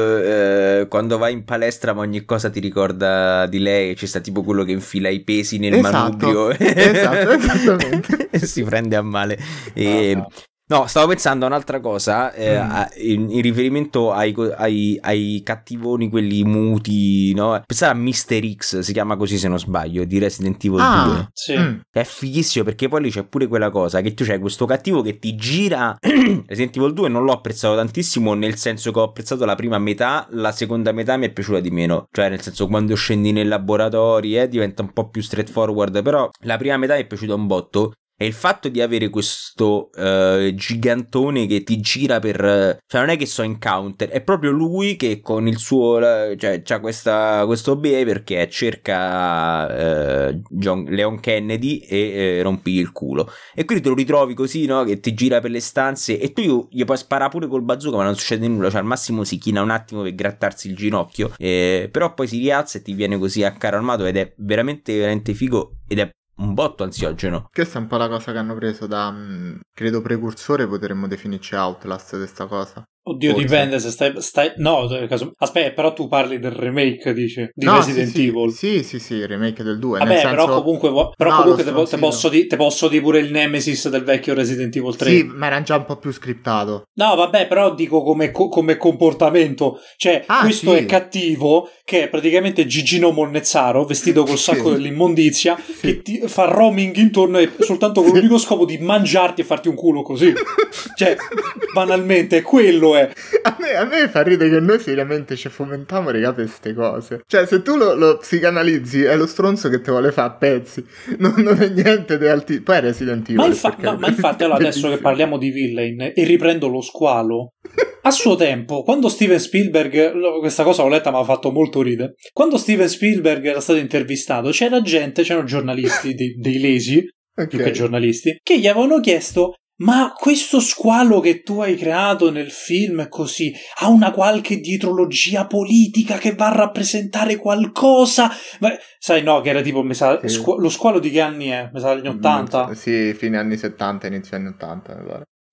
quando vai in palestra ma ogni cosa ti ricorda di lei, c'è sta tipo quello che infila i pesi nel manubrio. Esatto, esattamente. E si prende a male. No, stavo pensando a un'altra cosa, in riferimento ai cattivoni, quelli muti, no? Pensare a Mr. X, si chiama così se non sbaglio, di Resident Evil 2. Sì. È fighissimo perché poi lì c'è pure quella cosa che tu c'hai questo cattivo che ti gira. Resident Evil 2 non l'ho apprezzato tantissimo, nel senso che ho apprezzato la prima metà, la seconda metà mi è piaciuta di meno. Cioè nel senso quando scendi nei laboratori diventa un po' più straightforward, però la prima metà mi è piaciuta un botto. E il fatto di avere questo gigantone che ti gira per... Cioè non è che so in counter, è proprio lui che con il suo... Cioè c'ha questo behavior che cerca Leon Kennedy e rompi il culo. E quindi te lo ritrovi così, no? Che ti gira per le stanze e tu gli puoi sparare pure col bazooka ma non succede nulla. Cioè al massimo si china un attimo per grattarsi il ginocchio, però poi si rialza e ti viene così a carro armato ed è veramente figo ed è un botto ansiogeno. Questa è un po' la cosa che hanno preso da credo precursore, potremmo definirci Outlast questa cosa. Oddio, forse. Dipende se stai no, aspetta, però tu parli del remake, dici, di Resident Evil. Sì, il remake del 2. Vabbè, nel senso... però comunque te posso dire pure il Nemesis del vecchio Resident Evil 3. Sì, ma era già un po' più scriptato. No, vabbè, però dico come comportamento. Cioè, questo è cattivo, che è praticamente Gigino Monnezzaro, vestito col sacco dell'immondizia, che ti fa roaming intorno e soltanto con l'unico scopo di mangiarti e farti un culo così. Cioè, banalmente, quello è. A me fa ridere che noi seriamente ci fomentiamo, raga, per queste cose. Cioè, se tu lo psicanalizzi, è lo stronzo che te vuole fare a pezzi. Non è niente di alti. Poi è Resident Evil. Ma infatti, allora, adesso che parliamo di villain e riprendo lo squalo. A suo tempo, quando Steven Spielberg, questa cosa l'ho letta ma ha fatto molto ridere, quando Steven Spielberg era stato intervistato c'erano giornalisti dei lesi, più che giornalisti, che gli avevano chiesto: ma questo squalo che tu hai creato nel film così ha una qualche dietrologia politica che va a rappresentare qualcosa? Ma, sai, no, che era tipo, mi sa, lo squalo di che anni è? Mi sa degli 80? Sì, fine anni 70, inizio anni 80, mi pare.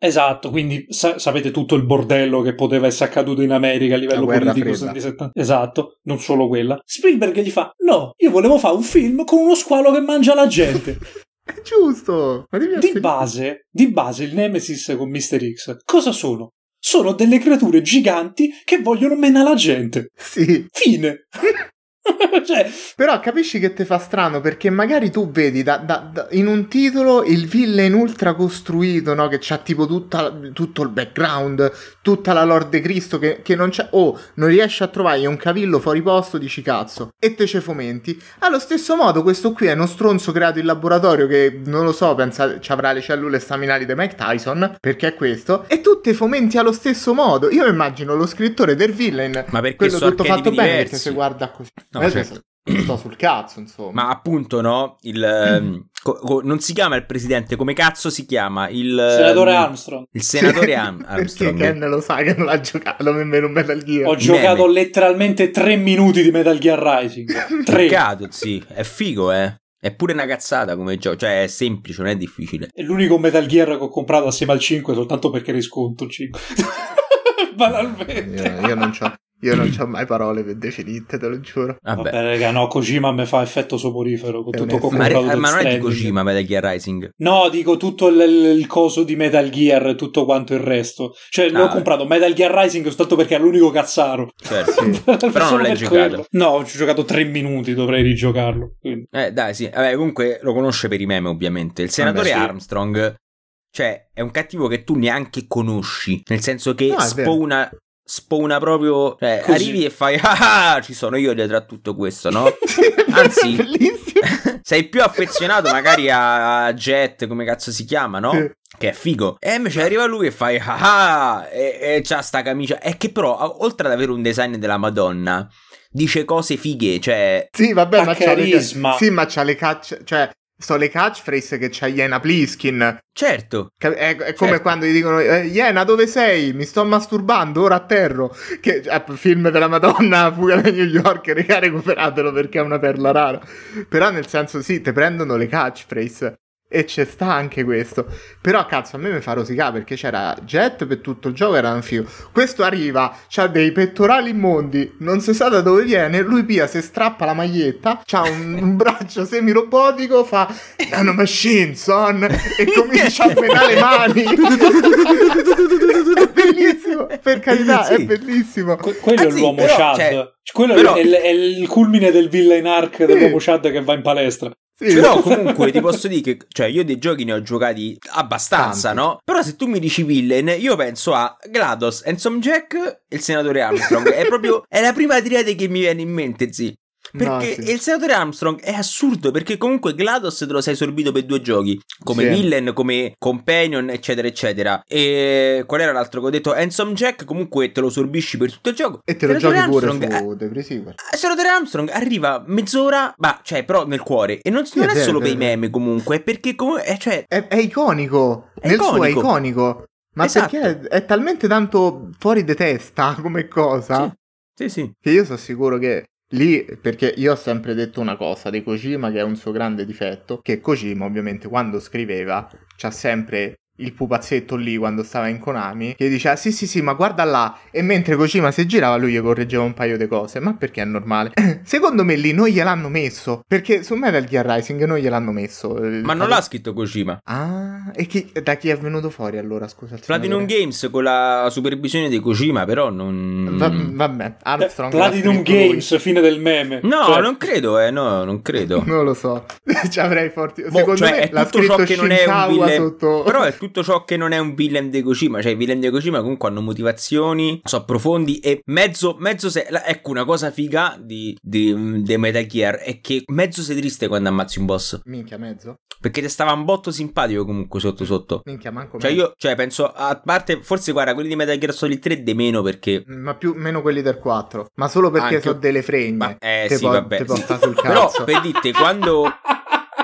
Esatto, quindi sapete tutto il bordello che poteva essere accaduto in America a livello politico negli 70. Esatto, non solo quella. Spielberg gli fa: no, io volevo fare un film con uno squalo che mangia la gente. È giusto. Ma di base il Nemesis con Mr. X cosa sono? Sono delle creature giganti che vogliono menare la gente. Sì. Fine. Cioè... Però capisci che te fa strano, perché magari tu vedi in un titolo il villain ultra costruito, no? Che c'ha tipo tutto il background, tutta la lore de Cristo che non c'è, non riesci a trovare un cavillo fuori posto, dici cazzo, e te ce fomenti. Allo stesso modo questo qui è uno stronzo creato in laboratorio che, non lo so, pensa ci avrà le cellule staminali di Mike Tyson, perché è questo, e tu te fomenti allo stesso modo. Io immagino lo scrittore del villain, ma perché quello tutto fatto diversi. bene, perché se guarda così. No, certo. Sto sul cazzo, insomma. Ma appunto, no? Non si chiama il presidente, come cazzo si chiama? Il senatore Armstrong. Il senatore Armstrong. Perché Ken lo sa che non l'ha giocato nemmeno un Metal Gear. Ho giocato letteralmente 3 minuti di Metal Gear Rising. 3. Peccato, sì. È figo, È pure una cazzata come gioco, cioè è semplice, non è difficile. È l'unico Metal Gear che ho comprato assieme al 5 soltanto perché risconto il 5. Banalmente. Io non c'ho mai parole per definite, te lo giuro. Vabbè, raga, no, Kojima mi fa effetto soporifero con tutto ma non è di Kojima Metal Gear Rising? No, dico tutto il coso di Metal Gear, tutto quanto il resto. Cioè, l'ho comprato Metal Gear Rising soltanto perché è l'unico cazzaro. Certo, sì. Però non l'hai giocato. Quello. No, ho giocato 3 minuti, dovrei rigiocarlo. Quindi. Dai, sì. Vabbè, comunque lo conosce per i meme, ovviamente. Il senatore Armstrong, cioè, è un cattivo che tu neanche conosci, nel senso che spawna proprio, cioè, arrivi e fai ci sono io dietro a tutto questo, no? Anzi, sei più affezionato magari a Jet, come cazzo si chiama, no? Sì. Che è figo. E invece arriva lui e fai e c'ha sta camicia, e che però oltre ad avere un design della Madonna dice cose fighe, cioè sì, vabbè, ma carisma. Ma c'ha le cacce, cioè so le catchphrase che c'ha Iena Pliskin. Certo. È come quando gli dicono Iena, dove sei? Mi sto masturbando, ora atterro. Che film della Madonna, Fuga da New York, regà, recuperatelo perché è una perla rara. Però nel senso, sì, te prendono le catchphrase e c'è sta anche questo. Però cazzo, a me mi fa rosicare, perché c'era Jet per tutto il gioco, era un figo. Questo arriva, c'ha dei pettorali immondi, non si sa da dove viene, lui pia, si strappa la maglietta, c'ha un braccio semi-robotico, fa nanomachine, son, e comincia a menare le mani. È bellissimo, per carità, sì. È bellissimo. Quello è l'uomo Chad. Quello è il culmine del villain arc dell'uomo Chad che va in palestra. Sì. Però comunque ti posso dire che, cioè, io dei giochi ne ho giocati abbastanza, tanti, no? Però se tu mi dici villain, io penso a GLaDOS, Handsome Jack e il senatore Armstrong. È la prima triade che mi viene in mente, sì. Perché il senatore Armstrong è assurdo, perché comunque GLaDOS te lo sei sorbito per 2 giochi, come villain, come companion, eccetera eccetera. E qual era l'altro che ho detto? Handsome Jack comunque te lo sorbisci per tutto il gioco, e te lo giochi Armstrong pure su The Pre-Sequel. Il senatore Armstrong arriva mezz'ora, ma cioè però nel cuore, e non è solo per i meme, comunque, è perché è iconico, suo è iconico. Ma esatto. Perché è talmente tanto fuori di testa come cosa, sì. Che io sono sicuro che lì, perché io ho sempre detto una cosa di Kojima che è un suo grande difetto, che Kojima ovviamente quando scriveva c'ha sempre il pupazzetto lì quando stava in Konami che diceva sì ma guarda là, e mentre Kojima si girava lui gli correggeva un paio di cose, ma perché è normale. Secondo me lì non gliel'hanno messo, perché su Metal Gear Rising non gliel'hanno messo. Ma non l'ha scritto Kojima. E da chi è venuto fuori allora, scusa? Platinum Games con la supervisione di Kojima, però non... vabbè, Armstrong Platinum Games, lui. Fine del meme. No, non credo, non credo. Non lo so. Ci avrei forti... Secondo me è l'ha tutto ciò che non è un villain sotto... Però è tutto ciò che non è un villain di Kojima, cioè i villain di Kojima comunque hanno motivazioni, sono profondi, e ecco una cosa figa di Metal Gear è che mezzo sei triste quando ammazzi un boss. Minchia, mezzo? Perché ti stava un botto simpatico comunque sotto. Minchia, manco cioè mezzo. Io penso, a parte forse guarda quelli di Metal Gear Solid 3 di meno, perché ma meno quelli del 4, ma solo perché sono delle fregne. Sì, vabbè. Te porta sul cazzo. Però per dite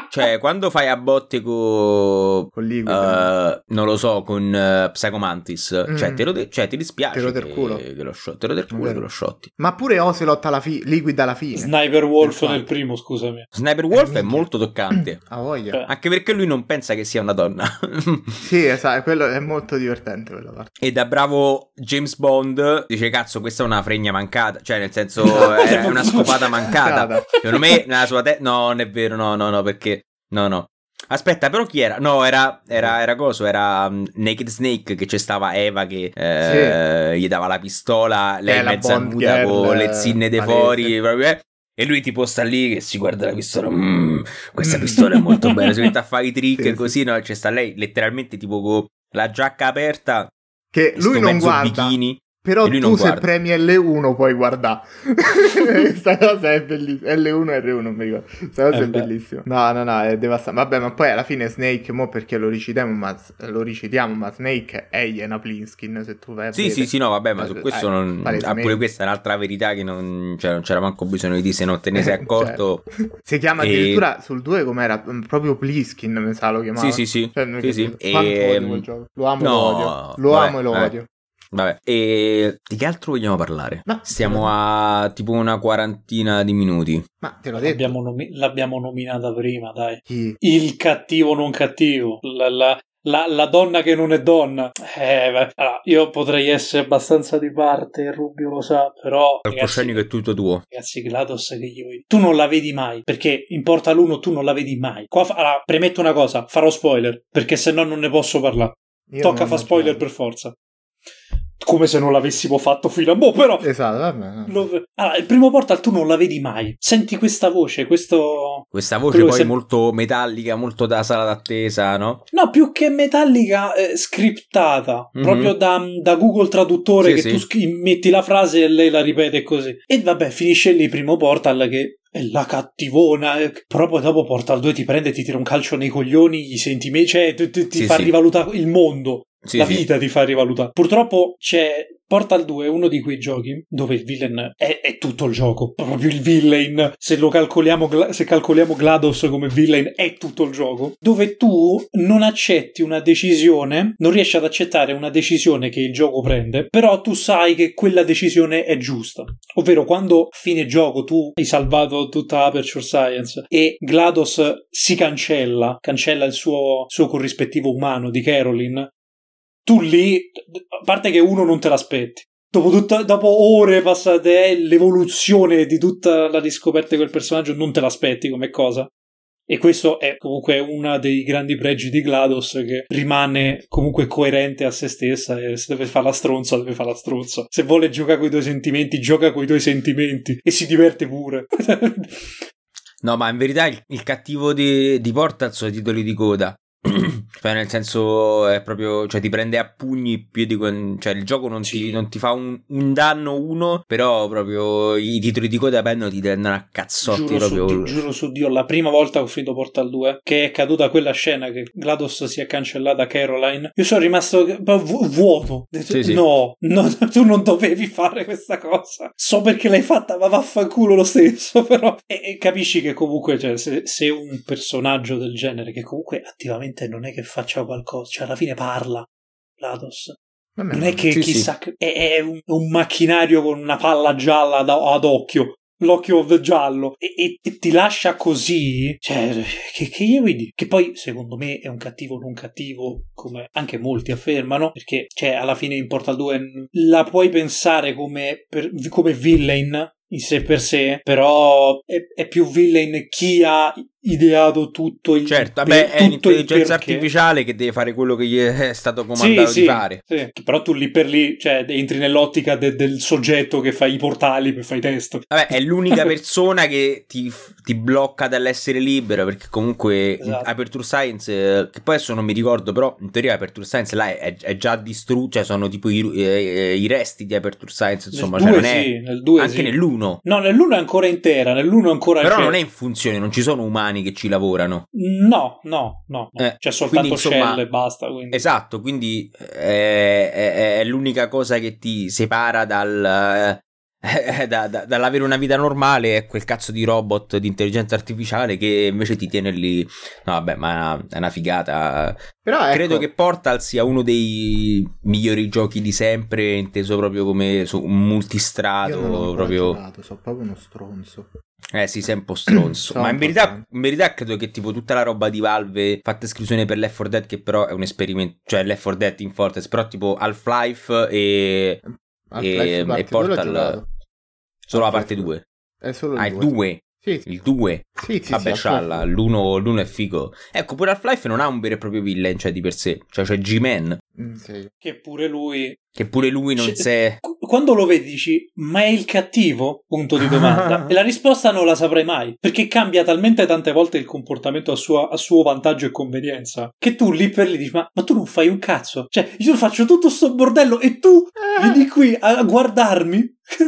Cioè, quando fai a botte con Liquid, non lo so, con Psycho Mantis, cioè, ti dispiace te lo del culo che lo shotti. Te lo del culo che lo shotti. Ma pure Ocelot Liquid alla fine. Sniper Wolf nel primo, scusami. Sniper Wolf è molto toccante. A voglia. Anche perché lui non pensa che sia una donna. Sì, esatto, quello è molto divertente quella parte. E da bravo James Bond dice cazzo, questa è una fregna mancata, cioè nel senso è una scopata mancata. Secondo me nella sua no, non è vero, no, perché no. Aspetta, però chi era? No, era coso, era Naked Snake, che c'è stava Eva che gli dava la pistola, lei mezza nuda con le zinne dei fori, proprio, e lui tipo sta lì che si guarda la pistola, questa pistola è molto bella, si mette a fare i trick così, no? C'è sta lei letteralmente tipo con la giacca aperta, che lui non guarda, bikini, però tu se premi L1 puoi guardare. Questa cosa è bellissima. L1 e R1 mi ricordo. Questa cosa è bellissima. No, è devastante. Vabbè, ma poi alla fine Snake, mo perché lo recitiamo, ma Snake è Iena Plinskin, se tu vai a vedere. Sì, no, vabbè, ma su questo non... pure questa è un'altra verità che non c'era manco bisogno di dire, se non te ne sei accorto. Certo. Si chiama addirittura sul 2 com'era? Proprio Pliskin, mi sa lo chiamava. Sì. Cioè, quanto odio quel gioco. Lo amo e lo odio. Amo e lo odio. Vabbè, e di che altro vogliamo parlare? Stiamo a tipo una quarantina di minuti. Ma te l'ho detto. L'abbiamo nominata prima, dai. Chi? Il cattivo non cattivo. La donna che non è donna. Allora, io potrei essere abbastanza di parte, Rubio lo sa, però il palcoscenico è tutto tuo. Ragazzi, GLaDOS che tu non la vedi mai, perché in Portal 1 tu non la vedi mai. Allora, premetto una cosa, farò spoiler, perché se no non ne posso parlare. Tocca fare spoiler per forza. Come se non l'avessimo fatto fino a mo', però. Esatto, vabbè. Allora, il primo Portal tu non la vedi mai. Senti questa voce, questa voce poi molto metallica, molto da sala d'attesa, no? No, più che metallica, scriptata, proprio da Google Traduttore, tu metti la frase e lei la ripete così. E vabbè, finisce lì il primo Portal che è la cattivona, però poi dopo Portal 2 ti prende e ti tira un calcio nei coglioni, gli sentimenti, cioè ti fa rivalutare il mondo. La vita ti fa rivalutare. Purtroppo c'è Portal 2 è uno di quei giochi dove il villain è tutto il gioco. Proprio il villain, se calcoliamo GLaDOS come villain, è tutto il gioco. Dove tu non accetti una decisione, non riesci ad accettare una decisione che il gioco prende, però tu sai che quella decisione è giusta. Ovvero, quando a fine gioco tu hai salvato tutta Aperture Science e GLaDOS si cancella il suo corrispettivo umano di Caroline, tu lì, a parte che uno non te l'aspetti, dopo ore passate, l'evoluzione di tutta la riscoperta di quel personaggio non te l'aspetti come cosa. E questo è comunque uno dei grandi pregi di GLaDOS, che rimane comunque coerente a se stessa, e se deve fare la stronza, deve fare la stronza. Se vuole giocare con i tuoi sentimenti, gioca con i tuoi sentimenti e si diverte pure. No, ma in verità il cattivo di Portal sono i titoli di coda. Cioè, nel senso, è proprio, cioè ti prende a pugni più di cioè il gioco non ti fa un danno uno, però proprio i titoli di coda penno ti tendono a cazzotti. Giuro su Dio, la prima volta che ho finito Portal 2, che è caduta quella scena che GLaDOS si è cancellata Caroline, io sono rimasto vuoto. No, tu non dovevi fare questa cosa. So perché l'hai fatta, ma vaffanculo lo stesso. Però e capisci che comunque, cioè, se un personaggio del genere, che comunque attivamente non è che faccia qualcosa, cioè alla fine parla GLaDOS, non è che chissà. È un macchinario con una palla gialla ad occhio, l'occhio giallo, e ti lascia così, cioè che io vedi, che poi secondo me è un cattivo non cattivo, come anche molti affermano, perché cioè alla fine in Portal 2 la puoi pensare come villain in sé per sé, però è più villain chi ha ideato tutto il certo, vabbè, è l'intelligenza artificiale che deve fare quello che gli è stato comandato di fare. Sì. Però tu lì per lì, cioè, entri nell'ottica del soggetto che fa i portali per fare i test. Vabbè, è l'unica persona che ti blocca dall'essere libero, perché comunque Aperture Science, che poi adesso non mi ricordo, però in teoria Aperture Science là è già distrutto, cioè sono tipo i resti di Aperture Science, insomma, nel 2 cioè non è nel 2 anche nell'1. No, nell'1 è ancora intera, nell'1 ancora. Però non è in funzione, non ci sono umani che ci lavorano. No. C'è soltanto quindi, insomma, shell e basta. Quindi. Esatto, quindi è l'unica cosa che ti separa dall'avere una vita normale è quel cazzo di robot di intelligenza artificiale che invece ti tiene lì. No, vabbè, ma è una figata. Però credo che Portal sia uno dei migliori giochi di sempre, inteso proprio come su un multistrato. Io non ho proprio giocato, sono proprio uno stronzo. Sì, sei un po' stronzo. Ma in verità credo che tipo tutta la roba di Valve fatta esclusione per Left 4 Dead, che però è un esperimento, cioè Left 4 Dead in Fortress, però tipo Half-Life e Portal solo la parte 2. È solo il 2. Sì. Il 2. Sì, vabbè, scialla, l'1 è figo. Ecco, pure Half-Life non ha un vero e proprio villain, cioè di per sé. Cioè c'è G-Man. Sì. Che pure lui non c'è. Quando lo vedi dici, ma è il cattivo? Punto di domanda. E la risposta non la saprai mai, perché cambia talmente tante volte il comportamento a suo vantaggio e convenienza, che tu lì per lì dici, ma tu non fai un cazzo. Cioè, io faccio tutto sto bordello e tu vieni qui a guardarmi?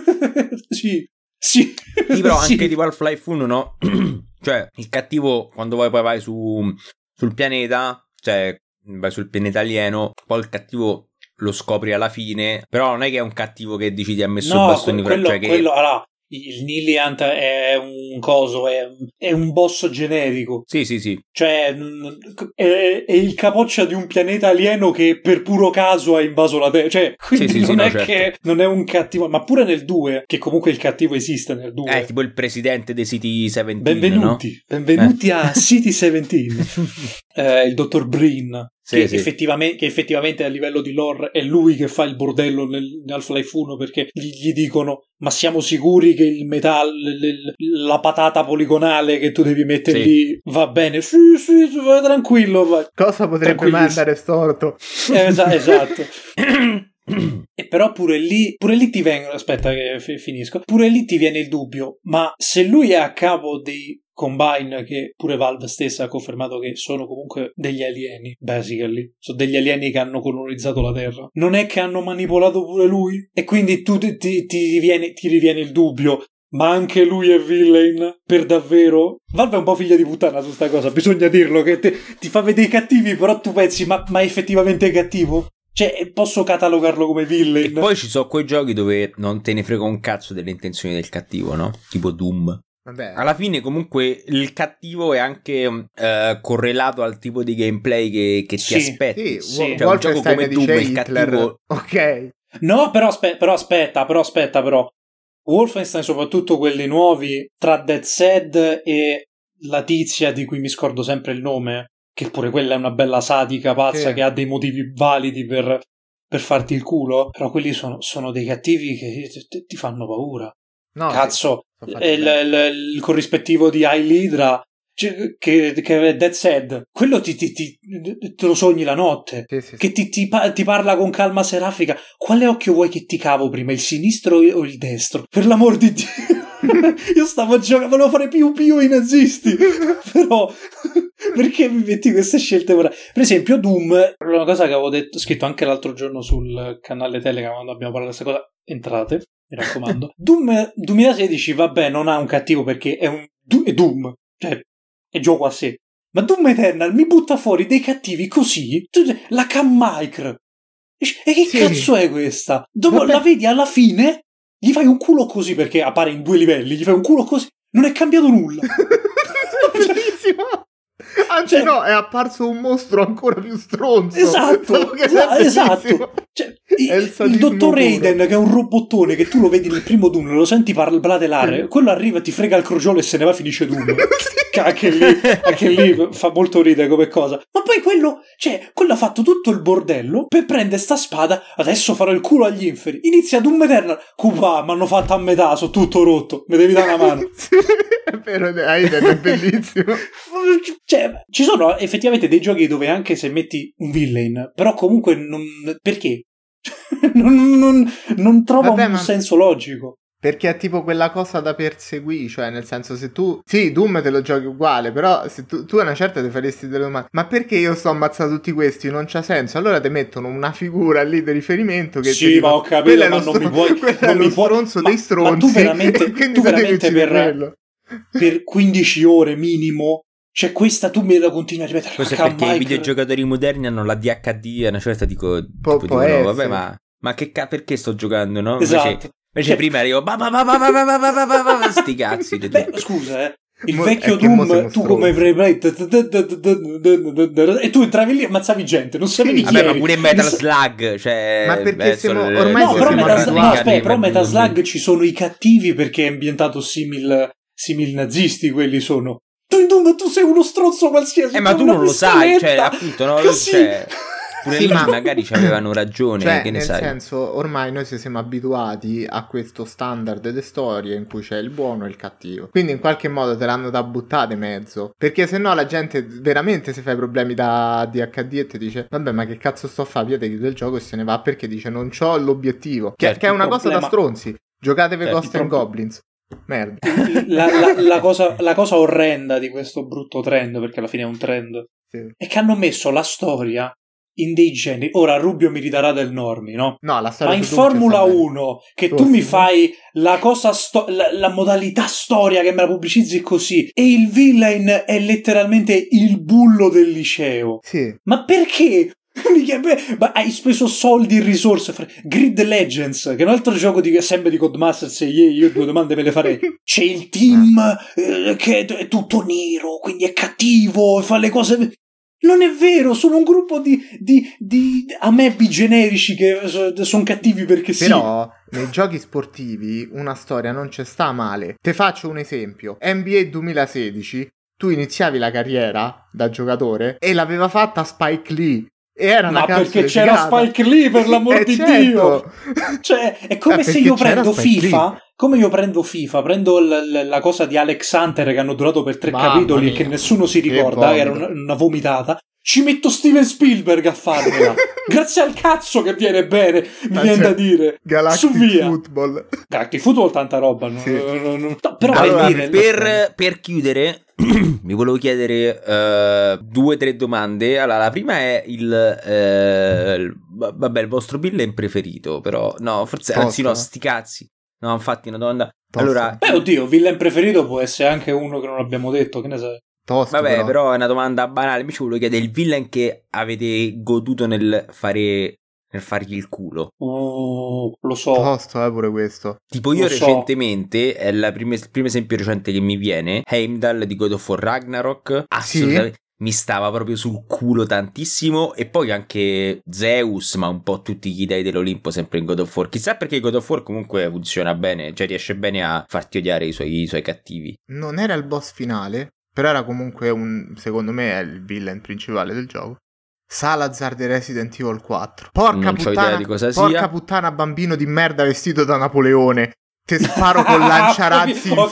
Sì, però anche tipo Half-Life 1, no? Cioè, il cattivo, quando poi vai sul pianeta, cioè vai sul pianeta alieno, poi il cattivo lo scopri alla fine, però non è che è un cattivo che dici ti ha messo il bastone in faccia, cioè quello allora, il Niliant è un coso, è un boss generico. Sì. Cioè, è il capoccia di un pianeta alieno che per puro caso ha invaso la Terra. Cioè, quindi che non è un cattivo. Ma pure nel 2, che comunque il cattivo esiste nel 2. È tipo il presidente dei City 17. Benvenuti a City 17. Il dottor Breen. Che effettivamente a livello di lore è lui che fa il bordello nel Half-Life 1, perché gli dicono ma siamo sicuri che il metallo, la patata poligonale che tu devi mettere lì va bene? Sì, vai tranquillo, vai. Cosa potrebbe mai andare storto? Esatto. E però pure lì ti vengono, aspetta che finisco, pure lì ti viene il dubbio, ma se lui è a capo dei Combine, che pure Valve stessa ha confermato che sono comunque degli alieni, basically, sono degli alieni che hanno colonizzato la Terra, non è che hanno manipolato pure lui? E quindi tu ti riviene il dubbio, ma anche lui è villain per davvero? Valve è un po' figlia di puttana su sta cosa, bisogna dirlo, che ti fa vedere i cattivi, però tu pensi ma effettivamente è cattivo? Cioè, posso catalogarlo come villain? E poi ci sono quei giochi dove non te ne frega un cazzo delle intenzioni del cattivo, no? Tipo Doom. Vabbè. Alla fine comunque il cattivo è anche correlato al tipo di gameplay che ti aspetti. Sì. Cioè, un gioco come Doom, il cattivo... Ok. No, però aspetta. Wolfenstein, soprattutto quelli nuovi, tra Dead Sad e la tizia di cui mi scordo sempre il nome, che pure quella è una bella sadica pazza che ha dei motivi validi per farti il culo, però quelli sono dei cattivi che ti fanno paura. No, cazzo, il corrispettivo di Hydra, che è Dead Sad, quello te lo sogni la notte, che ti parla con calma serafica. Quale occhio vuoi che ti cavo prima, il sinistro o il destro? Per l'amor di Dio. Io stavo giocando, volevo fare più i nazisti, però perché mi metti queste scelte ora? Per esempio Doom, una cosa che avevo scritto anche l'altro giorno sul canale Telegram quando abbiamo parlato di questa cosa, entrate, mi raccomando. Doom 2016 vabbè, non ha un cattivo perché è Doom, cioè è gioco a sé, ma Doom Eternal mi butta fuori dei cattivi così, la Cam Micro, e che cazzo è questa? Dopo la vedi alla fine, gli fai un culo così, perché appare in 2 livelli, gli fai un culo così, non è cambiato nulla. Bellissimo. Anzi no, è apparso un mostro ancora più stronzo. Esatto. Cioè, il dottor Raiden, che è un robottone, che tu lo vedi nel primo Doom, lo senti parlare, quello arriva, ti frega il crogiolo e se ne va, finisce Doom. Anche lì fa molto ridere come cosa. Ma poi quello ha fatto tutto il bordello per prendere sta spada, adesso farò il culo agli inferi. Inizia Doom Eternal, Cupa, mi hanno fatto a metà, sono tutto rotto, mi devi dare una mano. Sì, è vero, è bellissimo. Cioè, ci sono effettivamente dei giochi dove anche se metti un villain, però comunque non... Perché? non trova un senso logico. Perché è tipo quella cosa da perseguire, cioè nel senso, se tu... Sì, Doom te lo giochi uguale, però se tu a una certa ti faresti delle domande. Ma perché io sto ammazzando tutti questi? Non c'ha senso. Allora ti mettono una figura lì di riferimento che... Sì, ma ho capito, ma non mi puoi... Quello è lo stronzo dei stronzi. Ma tu veramente per 15 ore minimo... Cioè questa tu me la continui a ripetere. Questo è perché i videogiocatori moderni hanno la DHD e una certa dico no, vabbè, ma perché sto giocando, no? Esatto. Invece, Invece prima arrivo sti cazzi. Beh, scusa, il vecchio Doom, tu come avrei e tu entravi lì e ammazzavi gente, non sapevi chi eri. Ma pure Metal Slug, cioè, ma perché ormai no, però Metal Slug ci sono i cattivi perché è ambientato simil nazisti, quelli sono. Tu sei uno stronzo qualsiasi. Ma tu non lo sai, cioè, appunto, no, cioè, pure sì, lì magari ci avevano ragione, cioè, che ne nel sai. senso, ormai noi siamo abituati a questo standard di storie in cui c'è il buono e il cattivo. Quindi in qualche modo te l'hanno da buttare mezzo. Perché se no la gente veramente si fa i problemi da ADHD e ti dice vabbè, ma che cazzo sto a fare? Via, te chiude il gioco e se ne va perché dice non c'ho l'obiettivo. Che è una cosa da stronzi. Giocatevi Ghost and Goblins. Merda. La cosa orrenda di questo brutto trend, perché alla fine è un trend, sì, è che hanno messo la storia in dei generi. Ora Rubio mi ridarà del Normi, no? No, la storia ma in Formula 1 che tu mi fai la cosa la modalità storia che me la pubblicizzi così e il villain è letteralmente il bullo del liceo. Sì. Ma perché? Ma hai speso soldi e risorse. Grid Legends, che è un altro gioco sempre di Codemasters, e io 2 domande ve le farei. C'è il team che è tutto nero, quindi è cattivo, fa le cose. Non è vero, sono un gruppo di amebi generici che sono cattivi perché sì. Però nei giochi sportivi una storia non ci sta male. Te faccio un esempio. NBA 2016, tu iniziavi la carriera da giocatore e l'aveva fatta Spike Lee. Ma perché c'era Spike Lee, per l'amor di Dio! Cioè, è come se io prendo FIFA, prendo la cosa di Alex Hunter che hanno durato per 3 capitoli e che nessuno si ricorda, che era una vomitata. Ci metto Steven Spielberg a farmela. Grazie al cazzo che viene bene, mi viene da dire. Galactic Football. Galactic Football, tanta roba. Sì. Però allora, per chiudere, mi volevo chiedere 2 o 3 domande. Allora, la prima è il vostro villain preferito, però no, forse anzi no, sti cazzi. No, infatti una domanda. Allora, oddio, villain preferito può essere anche uno che non abbiamo detto, che ne sai? Vabbè, però è una domanda banale. Invece volevo chiedere il villain che avete goduto nel fargli il culo. Lo so. Tosto, pure questo. Tipo io recentemente, è il primo esempio recente che mi viene, Heimdall di God of War Ragnarok. Assolutamente. Sì? Mi stava proprio sul culo tantissimo. E poi anche Zeus, ma un po' tutti gli dei dell'Olimpo sempre in God of War. Chissà perché God of War comunque funziona bene, cioè riesce bene a farti odiare i suoi cattivi. Non era il boss finale, però era comunque secondo me è il villain principale del gioco. Salazar di Resident Evil 4. Porca puttana, bambino di merda vestito da Napoleone. Te sparo con lanciarazzi in faccia. Ho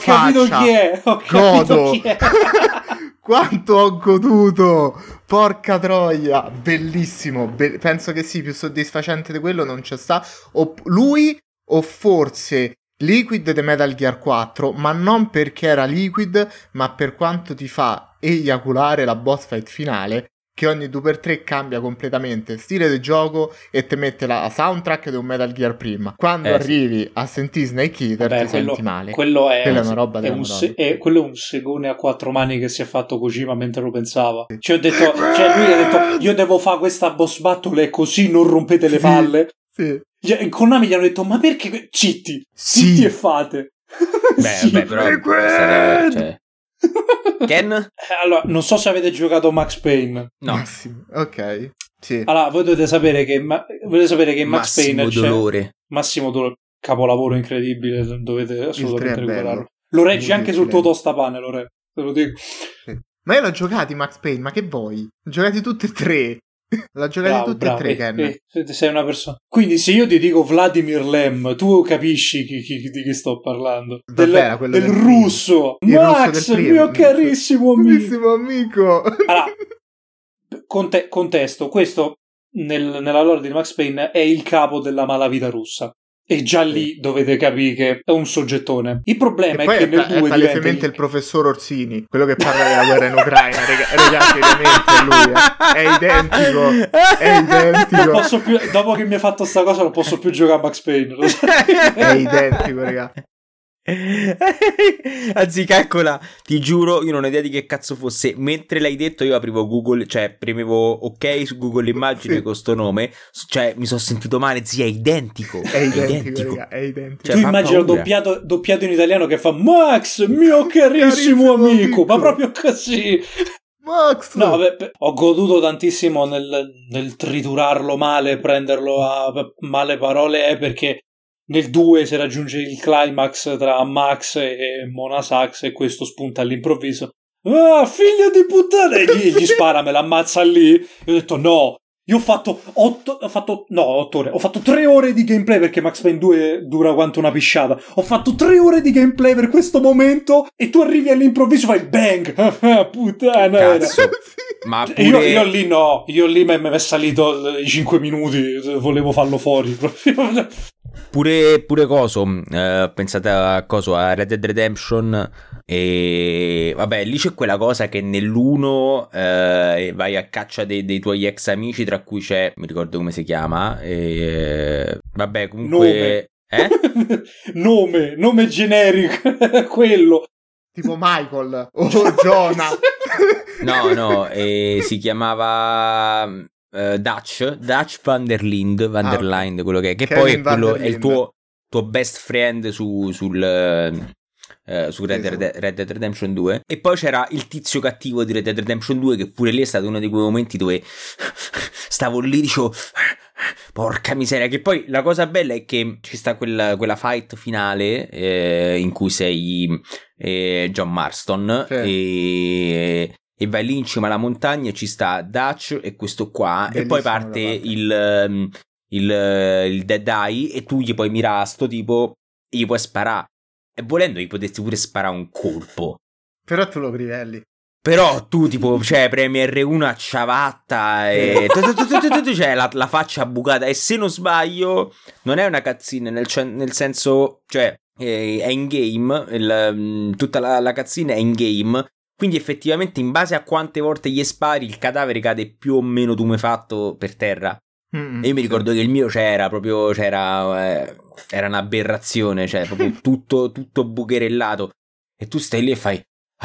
capito chi è. Quanto ho goduto. Porca troia. Bellissimo. Penso che sì, più soddisfacente di quello non c'è sta. Lui o forse Liquid di Metal Gear 4, ma non perché era Liquid, ma per quanto ti fa eiaculare la boss fight finale, che ogni 2x3 cambia completamente stile di gioco e ti mette la soundtrack di un Metal Gear prima. Quando arrivi a sentire Snake Eater ti senti male. Quella è una roba della quello è un segone a 4 mani che si è fatto Kojima mentre lo pensava. Cioè, lui ha detto io devo fare questa boss battle e così non rompete le palle. Sì. Konami gli hanno detto ma perché zitti e fate. Beh, però Ken? Allora, non so se avete giocato Max Payne. No. Massimo. Ok. Sì. Allora, voi dovete sapere che in Max Payne c'è Massimo Dolore, capolavoro incredibile, dovete assolutamente recuperarlo. Lo reggi anche sul tuo tostapane, te lo dico. Sì. Ma io l'ho giocato Max Payne, ma che vuoi? L'ho giocati tutti e 3. L'ho giocati tutti e 3, Ken. Sei una persona. Quindi se io ti dico Vladimir Lem, tu capisci di chi sto parlando? Del russo. Max, il mio carissimo amico. Allora, contesto, questo nella lore di Max Payne è il capo della malavita russa. E già lì dovete capire che è un soggettone. Il problema è che nel 2 è palesemente il professor Orsini, quello che parla della guerra in Ucraina. Ragazzi, lui è identico. Non posso più, dopo che mi ha fatto sta cosa non posso più giocare a Max Payne. È identico, raga. Anzi, calcola, ti giuro, io non ho idea di che cazzo fosse. Mentre l'hai detto, io aprivo Google, cioè premevo ok su Google Immagine sì. Con sto nome, cioè mi sono sentito male, zia, è identico. È identico. Raga, è identico. Cioè, tu immagino doppiato in italiano che fa Max, mio carissimo amico, ma proprio così. Max! No, vabbè, ho goduto tantissimo nel triturarlo male, prenderlo a male parole, perché nel 2 si raggiunge il climax tra Max e Mona Sax e questo spunta all'improvviso. Ah, figlio di puttana! E gli spara, me l'ammazza lì. Io ho detto no. Io ho fatto 8 ore. Ho fatto 3 ore di gameplay perché Max Payne 2 dura quanto una pisciata. Ho fatto 3 ore di gameplay per questo momento e tu arrivi all'improvviso e fai bang! Puttana! Cazzo. Ma pure... io lì no. Io lì mi è salito i 5 minuti. Volevo farlo fuori. Pure coso. Pensate a coso, a Red Dead Redemption. E vabbè, lì c'è quella cosa che nell'1 vai a caccia dei tuoi ex amici, tra cui c'è, mi ricordo come si chiama, vabbè, comunque nome generico quello tipo Michael o Jonah. no, si chiamava Dutch Van der Linde, quello che poi è quello è il tuo best friend su Red Dead Redemption 2. E poi c'era il tizio cattivo di Red Dead Redemption 2, che pure lì è stato uno di quei momenti dove stavo lì, dicevo porca miseria. Che poi la cosa bella è che ci sta quella fight finale in cui sei John Marston, sì. E vai lì in cima alla montagna, ci sta Dutch e questo qua. Bellissimo. E poi parte il Dead Eye e tu gli puoi mirare a sto tipo e gli puoi sparare. E volendo gli potresti pure sparare un colpo. Però tu lo crivelli. Però tu tipo, cioè, premi R1 a ciabatta e cioè la faccia bucata. E se non sbaglio non è una cutscene, nel senso, cioè è in game, tutta la cutscene è in game. Quindi effettivamente in base a quante volte gli spari il cadavere cade più o meno tumefatto per terra. E io mi ricordo che il mio era un'aberrazione, cioè proprio tutto bucherellato, e tu stai lì e fai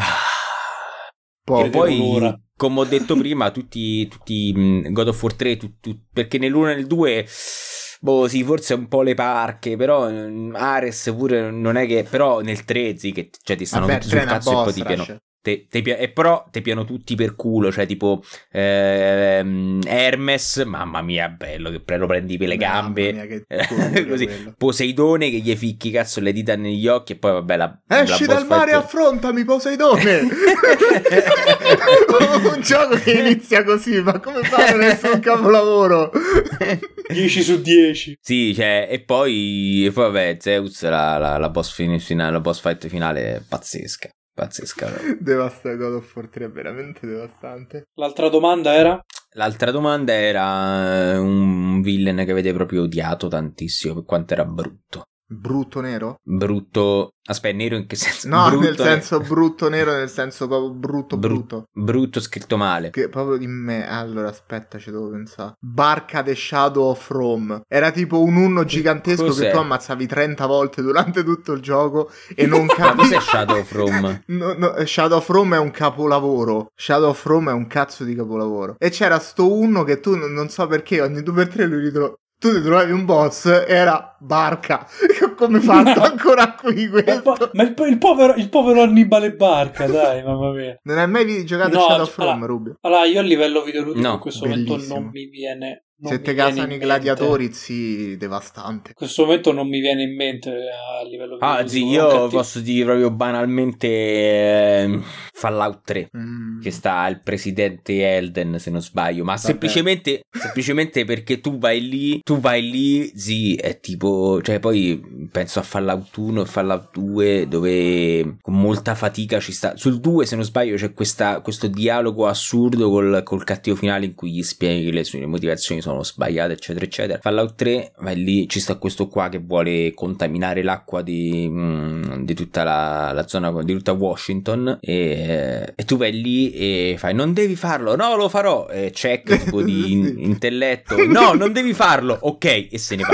e poi come ho detto prima tutti God of War 3 perché nell'1 e nel 2 sì, forse un po' le parche, però Ares pure non è che, però nel 3 sì che cioè ti stanno tutti sul cazzo e poi ti piano. Però te piano tutti per culo, cioè tipo Hermes, mamma mia, bello che lo prendi per le gambe, mia, così Poseidone che gli ficchi cazzo le dita negli occhi e poi vabbè esci dal mare e affrontami Poseidone. Un gioco che inizia così, ma come fa a non essere un capolavoro? 10 su 10. Sì, cioè, e poi vabbè, Zeus la boss finale, la boss fight finale è pazzesca. Devastante. God of War 3 è veramente devastante. L'altra domanda era un villain che avete proprio odiato tantissimo per quanto era brutto. Brutto nero? Brutto. Aspetta, nero in che senso? No, brutto, nel senso brutto nero, nel senso proprio brutto. Brutto scritto male. Che proprio di me. Allora, aspetta, ci devo pensare. Barca The Shadow of Rome. Era tipo un unno gigantesco. Cos'è? Che tu ammazzavi 30 volte durante tutto il gioco e non capivi. Ma cos'è Shadow of Rome? No, Shadow of Rome è un capolavoro. Shadow of Rome è un cazzo di capolavoro. E c'era sto unno che tu non so perché ogni 2x3 lui tu ti trovavi un boss, era Barca. Come fatto ancora qui questo? Ma il povero Annibale Barca, dai, mamma mia. Non hai mai giocato Shadow of Rome, Rubio? Allora, io a livello videoludico in questo momento non mi viene... Se te casano i gladiatori, sì, devastante. In questo momento non mi viene in mente a livello videoludico. Sì, io posso dire proprio banalmente Fallout 3, che sta il presidente Elden, se non sbaglio, ma semplicemente perché tu vai lì, sì, è tipo, cioè poi penso a Fallout 1 e Fallout 2 dove con molta fatica ci sta. Sul 2, se non sbaglio, c'è questo dialogo assurdo col cattivo finale in cui gli spieghi che le sue motivazioni sono sbagliate, eccetera eccetera. Fallout 3 vai lì, ci sta questo qua che vuole contaminare l'acqua di tutta la zona, di tutta Washington, e tu vai lì e fai non devi farlo, no lo farò, check tipo di intelletto, no non devi farlo, ok, e se ne va.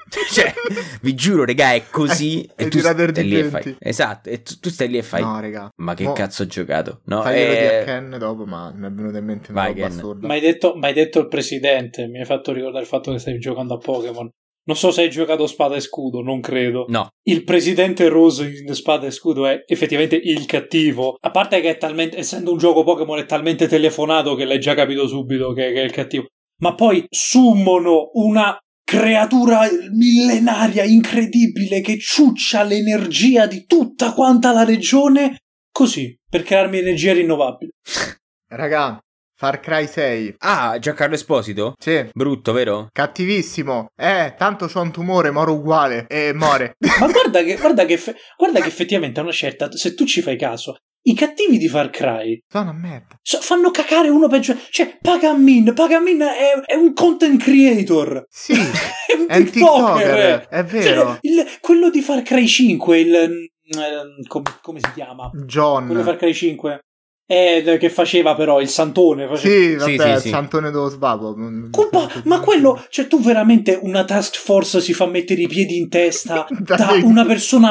Cioè, vi giuro, regà, è così. E tu stai lì e fai. Esatto, e tu stai lì e fai. No, regà. Ma che cazzo ho giocato? No, faglielo dire a Ken dopo, ma mi è venuta in mente una roba assurda. Ma hai detto il presidente, mi hai fatto ricordare il fatto che stai giocando a Pokémon. Non so se hai giocato Spada e Scudo, non credo. No. Il presidente Rose in Spada e Scudo è effettivamente il cattivo. A parte che è talmente, essendo un gioco Pokémon, è talmente telefonato che l'hai già capito subito che è il cattivo. Ma poi summono una creatura millenaria incredibile che ciuccia l'energia di tutta quanta la regione così, per crearmi energia rinnovabile. Raga, Far Cry 6. Ah, Giancarlo Esposito? Sì. Brutto, vero? Cattivissimo. Tanto c'ho un tumore, moro uguale. E more. Ma guarda che effettivamente è una scelta, se tu ci fai caso. I cattivi di Far Cry sono a merda. Fanno cacare uno peggio. Cioè, Pagamin è un content creator. Sì, è un TikToker. È vero. Cioè, quello di Far Cry 5, come si chiama? John. Quello di Far Cry 5. Che faceva però il santone. Sì, vabbè, il santone dello svapo. Ma quello, cioè tu veramente una task force si fa mettere i piedi in testa da una persona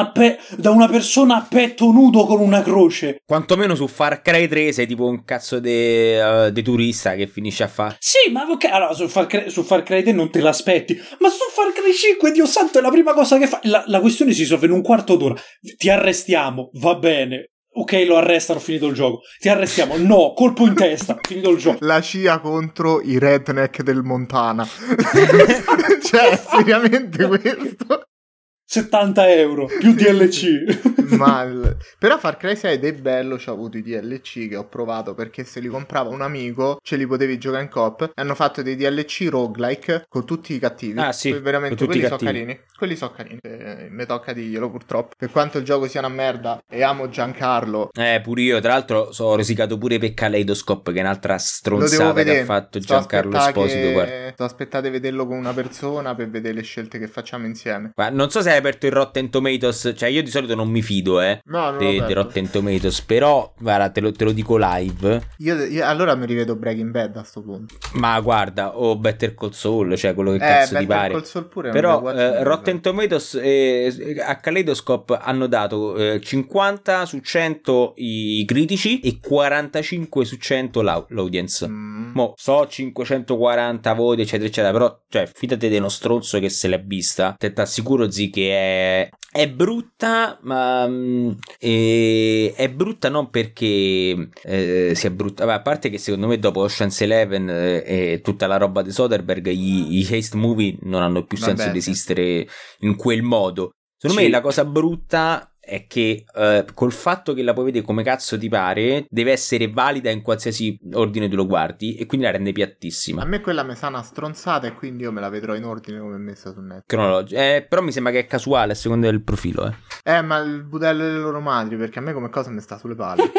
a petto nudo con una croce. Quantomeno su Far Cry 3 sei tipo un cazzo di turista che finisce a fare. Sì, ma ok, allora su Far Cry 3 non te l'aspetti, ma su Far Cry 5, Dio santo, è la prima cosa che fa. La questione si risolve in un quarto d'ora. Ti arrestiamo, va bene. Ok, lo arrestano, finito il gioco. Ti arrestiamo. No, colpo in testa, finito il gioco. La CIA contro i redneck del Montana. Cioè, seriamente questo? 70 euro più DLC. Però Far Cry 6 è bello, c'ha avuto i DLC che ho provato perché se li comprava un amico ce li potevi giocare in coop. Hanno fatto dei DLC roguelike con tutti i cattivi. Ah sì, veramente quelli sono carini. Quelli sono carini. Mi tocca dirglielo purtroppo. Per quanto il gioco sia una merda e amo Giancarlo. Pure io, tra l'altro so risicato pure per Kaleidoscope, che è un'altra stronzata che ha fatto Giancarlo Esposito. Sto aspettando di vederlo con una persona per vedere le scelte che facciamo insieme. Ma non so se hai aperto il Rotten Tomatoes, cioè io di solito non mi fido di Rotten Tomatoes, però guarda, te lo dico live. Io allora mi rivedo Breaking Bad a sto punto. Ma guarda, o Better Call Saul, cioè quello che cazzo ti pare. Call Saul pure, però Rotten Tomatoes a Kaleidoscope hanno dato 50 su 100 i critici e 45 su 100 l'audience. Mo so 540 voti eccetera eccetera, però cioè fidate di uno stronzo che se l'è vista, te t'assicuro zi che è brutta, ma è brutta non perché sia brutta, a parte che secondo me dopo Ocean's Eleven e tutta la roba di Soderbergh i heist movie non hanno più senso di esistere in quel modo. Secondo me la cosa brutta è che col fatto che la puoi vedere come cazzo ti pare, deve essere valida in qualsiasi ordine tu lo guardi e quindi la rende piattissima. A me quella mi sa una stronzata e quindi io me la vedrò in ordine come è messa su Netflix. Cronologico. Però mi sembra che è casuale a seconda del profilo. Ma il budello delle loro madri, perché a me come cosa mi sta sulle palle.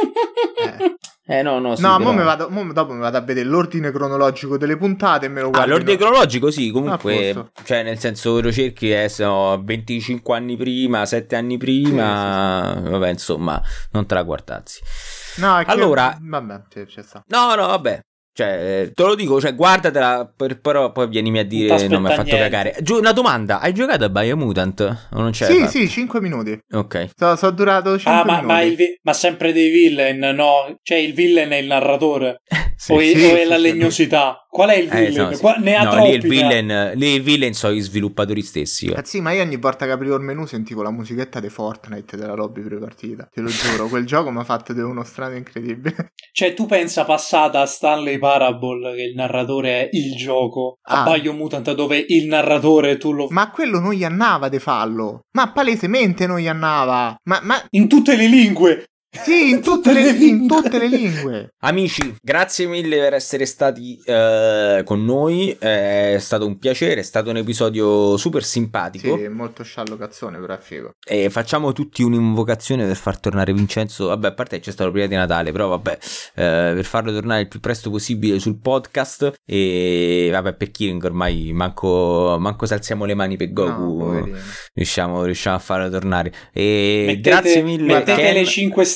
No, sì, dopo mi vado a vedere l'ordine cronologico delle puntate e me lo guardo. L'ordine cronologico sì, comunque, cioè nel senso lo cerchi sono 25 anni prima, 7 anni prima, sì. Vabbè, insomma, non te la guardazzi. No, allora, vabbè, c'è sta. No, vabbè. Cioè, te lo dico, cioè, guardatela, però poi vienimi a dire non mi ha fatto cagare. Una domanda, hai giocato a Biomutant? O non c'è? Sì, 5 minuti. Ok. Sono durato 5 minuti. Ma sempre dei villain, no? Cioè, il villain è il narratore? Sì, o è la legnosità? Qual è il villain? Ne ha troppi. Lì il villain sono gli sviluppatori stessi. Sì, ma io ogni volta che aprivo il menu sentivo la musichetta di Fortnite della lobby pre-partita. Te lo giuro, quel gioco mi ha fatto uno strano incredibile. Cioè, tu pensa passata a Stanley Parable che il narratore è il gioco, a Biomutant dove il narratore tu lo... Ma quello non gli annava di fallo. Ma palesemente non gli annava. Ma... In tutte le lingue. Sì, in tutte le lingue. Amici, grazie mille per essere stati con noi. È stato un piacere, è stato un episodio super simpatico. Sì, molto sciallocazzone, però è figo. E facciamo tutti un'invocazione per far tornare Vincenzo. Vabbè, a parte che c'è stato prima di Natale, però vabbè, per farlo tornare il più presto possibile sul podcast. E vabbè, per Kiring ormai manco se alziamo le mani per Goku, riusciamo a farlo tornare. E grazie mille. Mettete le 5 stelle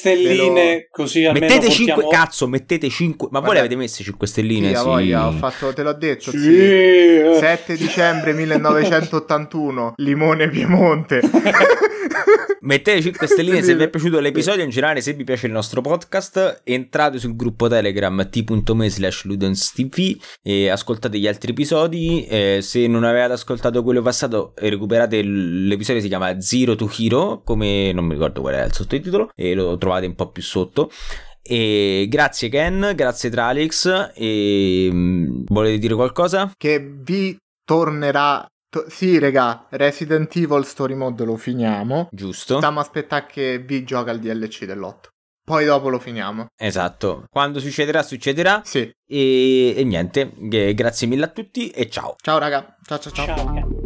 stelline, così almeno mettete portiamo... 5, cazzo, mettete 5. Ma voi le avete messe 5 stelline? Sì, Sì. voglia, ho fatto, te l'ho detto, Sì. 7 dicembre 1981, Limone Piemonte. Mettete 5 stelline se vi è piaciuto l'episodio. In generale, se vi piace il nostro podcast, entrate sul gruppo Telegram t.me/ludenstv e ascoltate gli altri episodi. Se non avete ascoltato quello passato, recuperate l'episodio, si chiama Zero to Hero, come non mi ricordo qual è il sottotitolo, e lo trovate un po' più sotto. E grazie Ken, grazie Tralix. E volete dire qualcosa? Che vi tornerà. Sì, regà, Resident Evil Story Mode lo finiamo. Giusto. Stiamo a aspettare che vi gioca il DLC dell'8. Poi dopo lo finiamo. Esatto. Quando succederà, succederà. Sì. E niente. Grazie mille a tutti e ciao. Ciao raga. Ciao. Ciao.